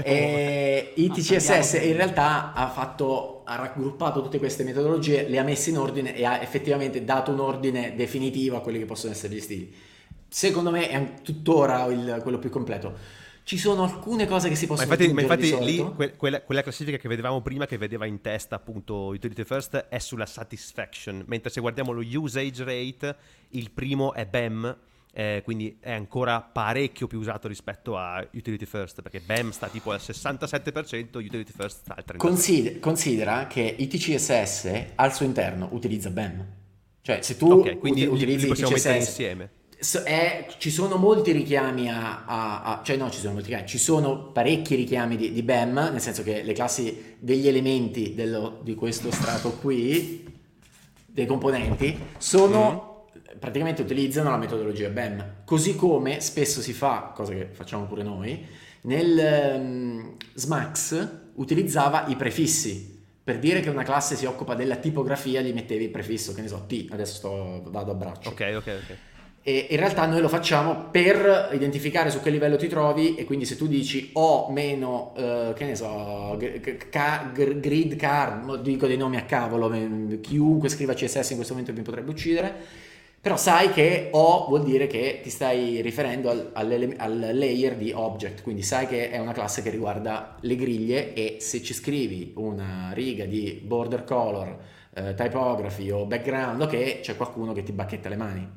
E i T C S S in realtà ha fatto ha raggruppato tutte queste metodologie, le ha messe in ordine e ha effettivamente dato un ordine definitivo a quelli che possono essere gli stili. Secondo me è tuttora il, quello più completo. Ci sono alcune cose che si possono ma infatti, aggiungere ma infatti di lì que- quella, quella classifica che vedevamo prima, che vedeva in testa appunto Utility First, è sulla satisfaction, mentre se guardiamo lo usage rate il primo è B E M, eh, quindi è ancora parecchio più usato rispetto a Utility First, perché B E M sta tipo al sessantasette per cento, Utility First sta al trentatré per cento. Consider- considera che I T C S S al suo interno utilizza B E M, cioè se tu okay, quindi ut- utilizzi li possiamo I T C S S mettere insieme. È, ci sono molti richiami a, a, a cioè no ci sono molti richiami, ci sono parecchi richiami di, di B E M, nel senso che le classi degli elementi dello, di questo strato qui, dei componenti, sono mm. praticamente utilizzano la metodologia B E M, così come spesso si fa, cosa che facciamo pure noi, nel um, Smax utilizzava i prefissi. Per dire che una classe si occupa della tipografia gli mettevi il prefisso, che ne so, T, adesso sto, vado a braccio. Ok, ok, ok. E in realtà noi lo facciamo per identificare su che livello ti trovi, e quindi se tu dici O meno, eh, che ne so, ca- grid card, dico dei nomi a cavolo, chiunque scriva C S S in questo momento mi potrebbe uccidere, però sai che O vuol dire che ti stai riferendo al, al, al layer di object, quindi sai che è una classe che riguarda le griglie, e se ci scrivi una riga di border color, eh, typography o background, ok, c'è qualcuno che ti bacchetta le mani.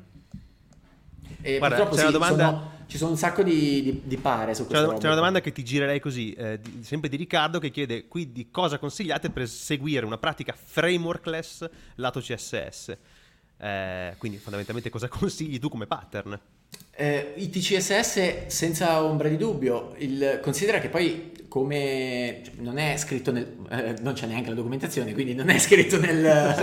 E Guarda, purtroppo c'è sì, una domanda... sono, ci sono un sacco di, di, di pare su C'è questa una, roba. c'è una domanda che ti girerei così, eh, di, sempre di Riccardo, che chiede quindi cosa consigliate per seguire una pratica frameworkless lato C S S. Eh, quindi fondamentalmente cosa consigli tu come pattern? Eh, I T C S S senza ombra di dubbio. Il, considera che poi come cioè, non è scritto nel eh, non c'è neanche la documentazione, quindi non è scritto nel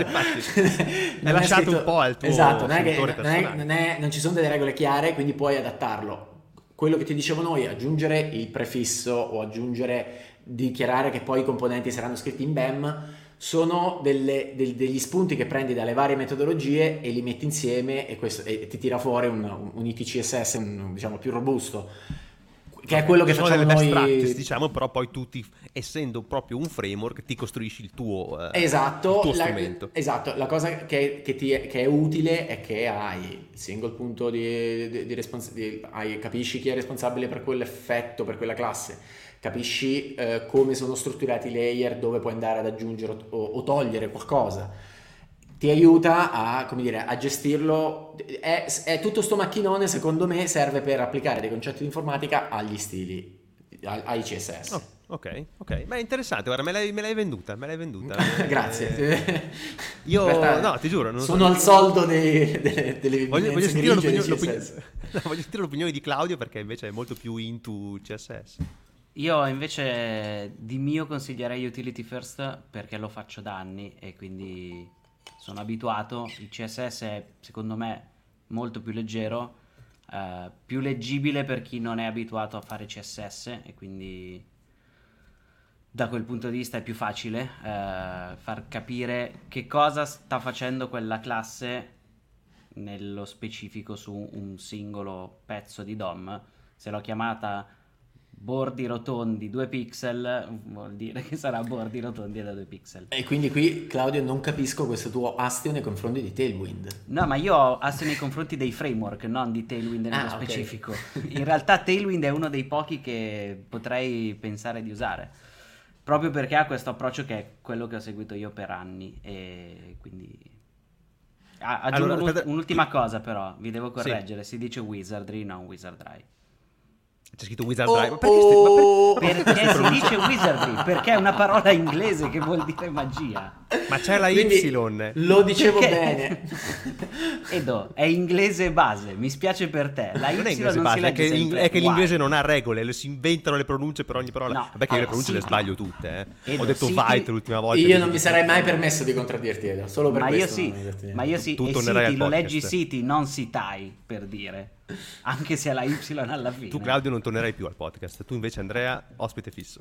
è lasciato scritto, un po' al tuo esatto, non è, che, non, è, non, è, non ci sono delle regole chiare, quindi puoi adattarlo. Quello che ti dicevo noi, aggiungere il prefisso o aggiungere, dichiarare che poi i componenti saranno scritti in B E M, sono delle, del, degli spunti che prendi dalle varie metodologie e li metti insieme, e, questo, e ti tira fuori un, un I T C S S un, diciamo più robusto, che è quello che sono facciamo delle best noi. practice, diciamo, però poi tu ti, essendo proprio un framework ti costruisci il tuo, eh, esatto, il tuo la, strumento. Esatto, la cosa che, che, ti è, che è utile è che hai il single punto di, di, di responsabilità, capisci chi è responsabile per quell'effetto, per quella classe, capisci eh, come sono strutturati i layer, dove puoi andare ad aggiungere o, o togliere qualcosa. Ti aiuta a, come dire, a gestirlo. È, è tutto sto macchinone, secondo me, serve per applicare dei concetti di informatica agli stili, ai C S S. Oh, ok, ok. Beh, interessante, guarda, me l'hai, me l'hai venduta, me l'hai venduta. Grazie. Io, realtà, no, ti giuro. Non sono so... al soldo dei, delle, delle voglio, voglio, sentire l'opinione, l'opinione, C S S. no, voglio sentire l'opinione di Claudio, perché invece è molto più into C S S. Io invece di mio consiglierei Utility First, perché lo faccio da anni e quindi sono abituato. Il C S S è secondo me molto più leggero, eh, più leggibile per chi non è abituato a fare C S S, e quindi da quel punto di vista è più facile eh, far capire che cosa sta facendo quella classe nello specifico su un singolo pezzo di D O M. Se l'ho chiamata bordi rotondi due pixel, vuol dire che sarà bordi rotondi da due pixel. E quindi qui, Claudio, non capisco questo tuo astio nei confronti di Tailwind. No, ma io ho astio nei confronti dei framework, non di Tailwind nello ah, specifico. Okay. In realtà Tailwind è uno dei pochi che potrei pensare di usare, proprio perché ha questo approccio che è quello che ho seguito io per anni, e quindi... Ah, aggiungo allora, un'ult- un'ultima cosa però, vi devo correggere, sì. Si dice Wizardry, non Wizardry. C'è scritto Wizard oh, Drive. Ma perché, oh, ma per, perché si dice Wizardry? Perché è una parola inglese che vuol dire magia. Ma c'è la Quindi, Y. Lo dicevo Perché? bene. Edo, è inglese base, mi spiace per te. La Y non è inglese non base, si è legge che, sempre è che Y. l'inglese non ha regole, le si inventano le pronunce per ogni parola. No, Vabbè, che io le allora, pronunce sì, le sbaglio tutte. Eh. Edo, Ho detto sì, Vite l'ultima volta. Io non mi sarei mai permesso di contraddirti, Edo, solo per Ma io questo. sì, ma io sì, Tu e tornerai City al lo leggi podcast. City, non Citai, per dire. Anche se ha la Y alla fine. Tu, Claudio, non tornerai più al podcast. Tu invece, Andrea, ospite fisso.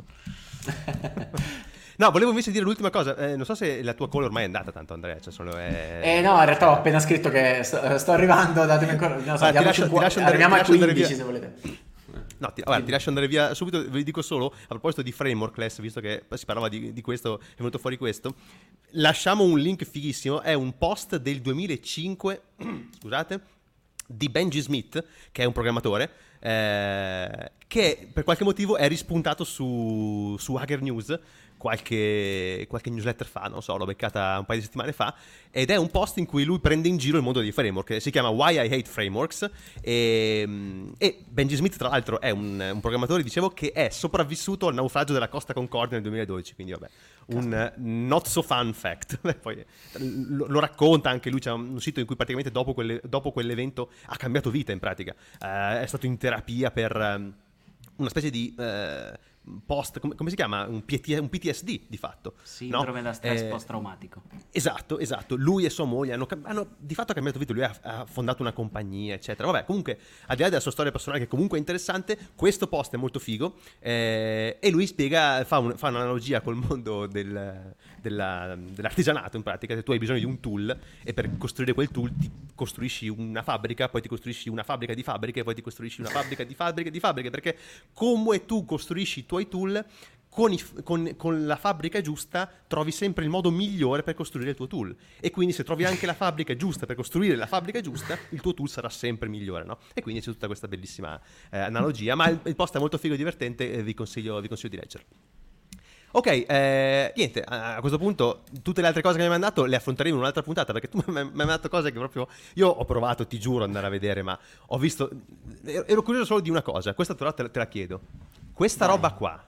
No, volevo invece dire l'ultima cosa. Eh, non so se la tua call ormai è andata tanto, Andrea. Cioè solo è... Eh no, in realtà ho appena scritto che sto, sto arrivando, datemi ancora. No, so, Allora, ti lascio- un ti po', lascio andare- arriviamo ti a lascio andare quindici via. se volete. No, ti, guarda, ti lascio andare via subito. Vi dico solo, a proposito di frameworkless, visto che si parlava di, di questo, è venuto fuori questo. Lasciamo un link fighissimo. È un post del duemilacinque, scusate, di Benji Smith, che è un programmatore, eh, che per qualche motivo è rispuntato su, su Hacker News qualche, qualche newsletter fa, non so, l'ho beccata un paio di settimane fa, ed è un post in cui lui prende in giro il mondo dei framework, si chiama Why I Hate Frameworks, e, e Benji Smith tra l'altro è un, un programmatore, dicevo, che è sopravvissuto al naufragio della Costa Concordia nel duemiladodici, quindi vabbè, un not so fun fact. Poi lo, lo racconta anche lui, c'è un sito in cui praticamente dopo, quelle, dopo quell'evento ha cambiato vita in pratica, uh, è stato in terapia per um, una specie di uh, post, come, come si chiama? Un, P T, un P T S D di fatto. Sindrome no? da stress eh, post-traumatico. Esatto, esatto. Lui e sua moglie hanno, hanno di fatto cambiato vita. Lui ha, ha fondato una compagnia, eccetera. Vabbè, comunque, al di là della sua storia personale, che comunque è interessante, questo post è molto figo. Eh, e lui spiega, fa, un, fa un'analogia col mondo del, della, dell'artigianato, in pratica. Se tu hai bisogno di un tool e per costruire quel tool ti costruisci una fabbrica, poi ti costruisci una fabbrica di fabbriche, poi ti costruisci una fabbrica di fabbriche di fabbriche, perché come tu costruisci i tuoi tool, con, i, con, con la fabbrica giusta trovi sempre il modo migliore per costruire il tuo tool, e quindi se trovi anche la fabbrica giusta per costruire la fabbrica giusta, il tuo tool sarà sempre migliore, no? E quindi c'è tutta questa bellissima eh, analogia, ma il, il post è molto figo e divertente, eh, vi consiglio, vi consiglio di leggerlo. Ok, eh, niente, a questo punto tutte le altre cose che mi hai mandato le affronteremo in un'altra puntata, perché tu mi hai mandato cose che proprio... Io ho provato, ti giuro, ad andare a vedere, ma ho visto... Ero curioso solo di una cosa, questa te la, te la chiedo. Questa Vai. roba qua...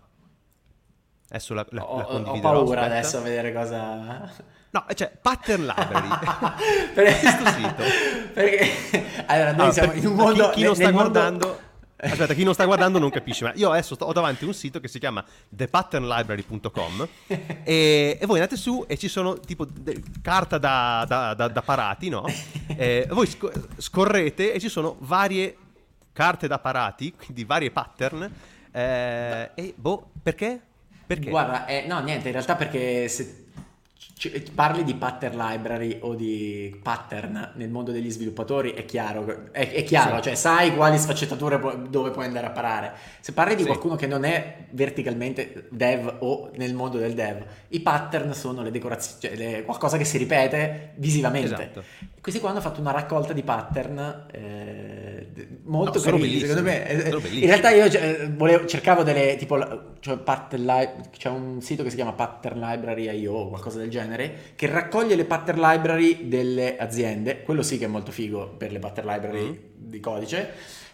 Adesso la, la, ho, la condividerò. Ho paura aspetta. adesso a vedere cosa... No, cioè, Pattern Library. perché... questo sito. Perché... Allora, noi allora, siamo per, in un mondo... Chi, chi non sta mondo... guardando... Aspetta, chi non sta guardando non capisce, ma io adesso sto, ho davanti un sito che si chiama the pattern library punto com e, e voi andate su e ci sono tipo de, carta da, da, da, da parati, no? E voi sc- scorrete e ci sono varie carte da parati, quindi varie pattern, eh, e boh, perché? Perché? Guarda, eh, no, niente, in realtà perché se c- parli di pattern library o di pattern nel mondo degli sviluppatori è chiaro, è, è chiaro, sì. Cioè sai quali sfaccettature pu- dove puoi andare a parare. Se parli di sì. qualcuno che non è verticalmente dev o nel mondo del dev, i pattern sono le decorazioni, cioè le, qualcosa che si ripete visivamente. Esatto. Questi qua hanno fatto una raccolta di pattern eh, molto no, carini, secondo me. Eh, in realtà io eh, volevo, cercavo delle tipo cioè pattern li- c'è un sito che si chiama Pattern Library punto io o qualcosa del genere che raccoglie le pattern library delle aziende. Quello sì che è molto figo per le pattern library mm. di codice.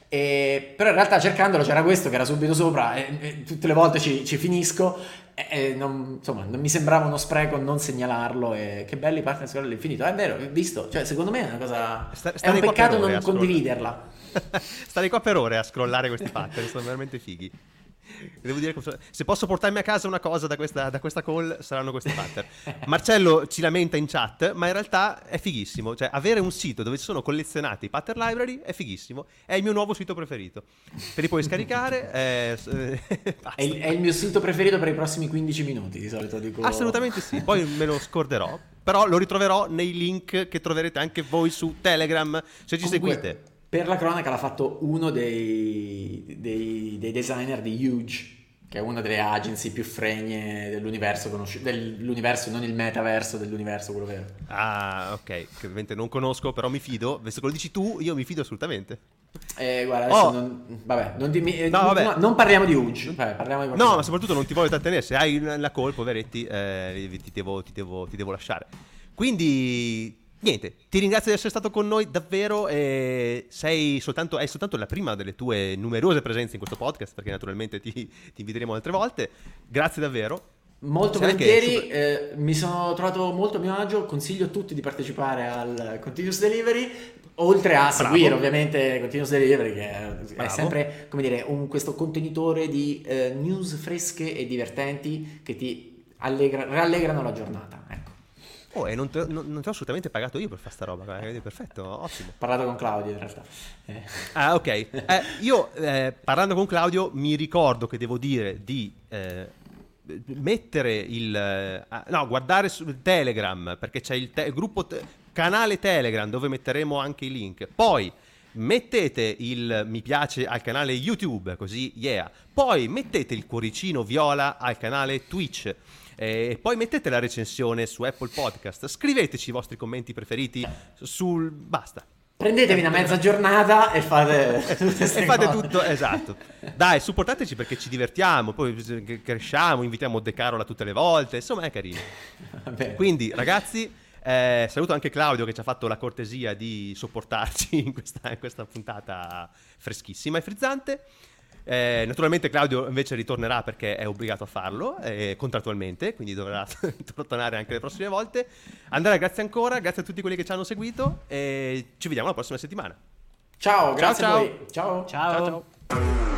E, però in realtà cercandolo c'era questo che era subito sopra e, e tutte le volte ci, ci finisco e, e non, insomma non mi sembrava uno spreco non segnalarlo. E che belli partner scuola all'infinito, è vero, visto, cioè secondo me è una cosa sta, è un peccato non condividerla. Stare qua per ore a scrollare questi pattern, sono veramente fighi. Devo dire, se posso portarmi a casa una cosa da questa, da questa call saranno questi pattern. Marcello ci lamenta in chat, ma in realtà è fighissimo. Cioè, avere un sito dove ci sono collezionati i pattern library è fighissimo. È il mio nuovo sito preferito. Te li puoi scaricare. È, è, il, è il mio sito preferito per i prossimi quindici minuti. Di solito dico. Assolutamente sì. Poi me lo scorderò. Però lo ritroverò nei link che troverete anche voi su Telegram se ci Comunque, seguite. Per la cronaca l'ha fatto uno dei, dei, dei designer di Huge, che è una delle agency più fregne dell'universo, conosci- dell'universo, non il metaverso, dell'universo, quello vero. Ah, ok, che ovviamente non conosco, però mi fido. Visto che lo dici tu, io mi fido assolutamente. Eh, guarda, adesso oh. non, vabbè, non, dimmi, eh, no, vabbè. No, non parliamo di Huge, vabbè, parliamo di no, ma soprattutto non ti voglio trattenere. Se hai la call, poveretti, eh, ti, devo, ti, devo, ti devo lasciare. Quindi... Niente, ti ringrazio di essere stato con noi davvero, e sei soltanto, è soltanto la prima delle tue numerose presenze in questo podcast, perché naturalmente ti, ti inviteremo altre volte. Grazie davvero. Molto volentieri, super... eh, mi sono trovato molto a mio agio, consiglio a tutti di partecipare al Continuous Delivery, oltre a seguire Bravo. ovviamente Continuous Delivery, che è, è sempre, come dire, un, questo contenitore di eh, news fresche e divertenti che ti allegra, rallegrano la giornata, ecco. Oh, e non ti non, non ho assolutamente pagato io per fare sta roba, perfetto, ottimo. Ho parlato con Claudio in realtà. Eh. Ah, ok. Eh, io, eh, parlando con Claudio, mi ricordo che devo dire di eh, mettere il... Eh, no, guardare su Telegram, perché c'è il, te- il gruppo, te- canale Telegram, dove metteremo anche i link. Poi mettete il mi piace al canale YouTube, così, yeah. Poi mettete il cuoricino viola al canale Twitch. E poi mettete la recensione su Apple Podcast, scriveteci i vostri commenti preferiti sul... basta. Prendetevi una mezza giornata e fate, e fate tutto, esatto. Dai, supportateci perché ci divertiamo, poi cresciamo, invitiamo De Carola tutte le volte, insomma è carino. Vabbè. Quindi ragazzi, eh, saluto anche Claudio che ci ha fatto la cortesia di sopportarci in questa, in questa puntata freschissima e frizzante. Eh, naturalmente Claudio invece ritornerà perché è obbligato a farlo eh, contrattualmente, quindi dovrà tornare anche le prossime volte. Andrea, grazie ancora, grazie a tutti quelli che ci hanno seguito e ci vediamo la prossima settimana. Ciao, grazie ciao, a voi. Ciao. Ciao. Ciao, ciao.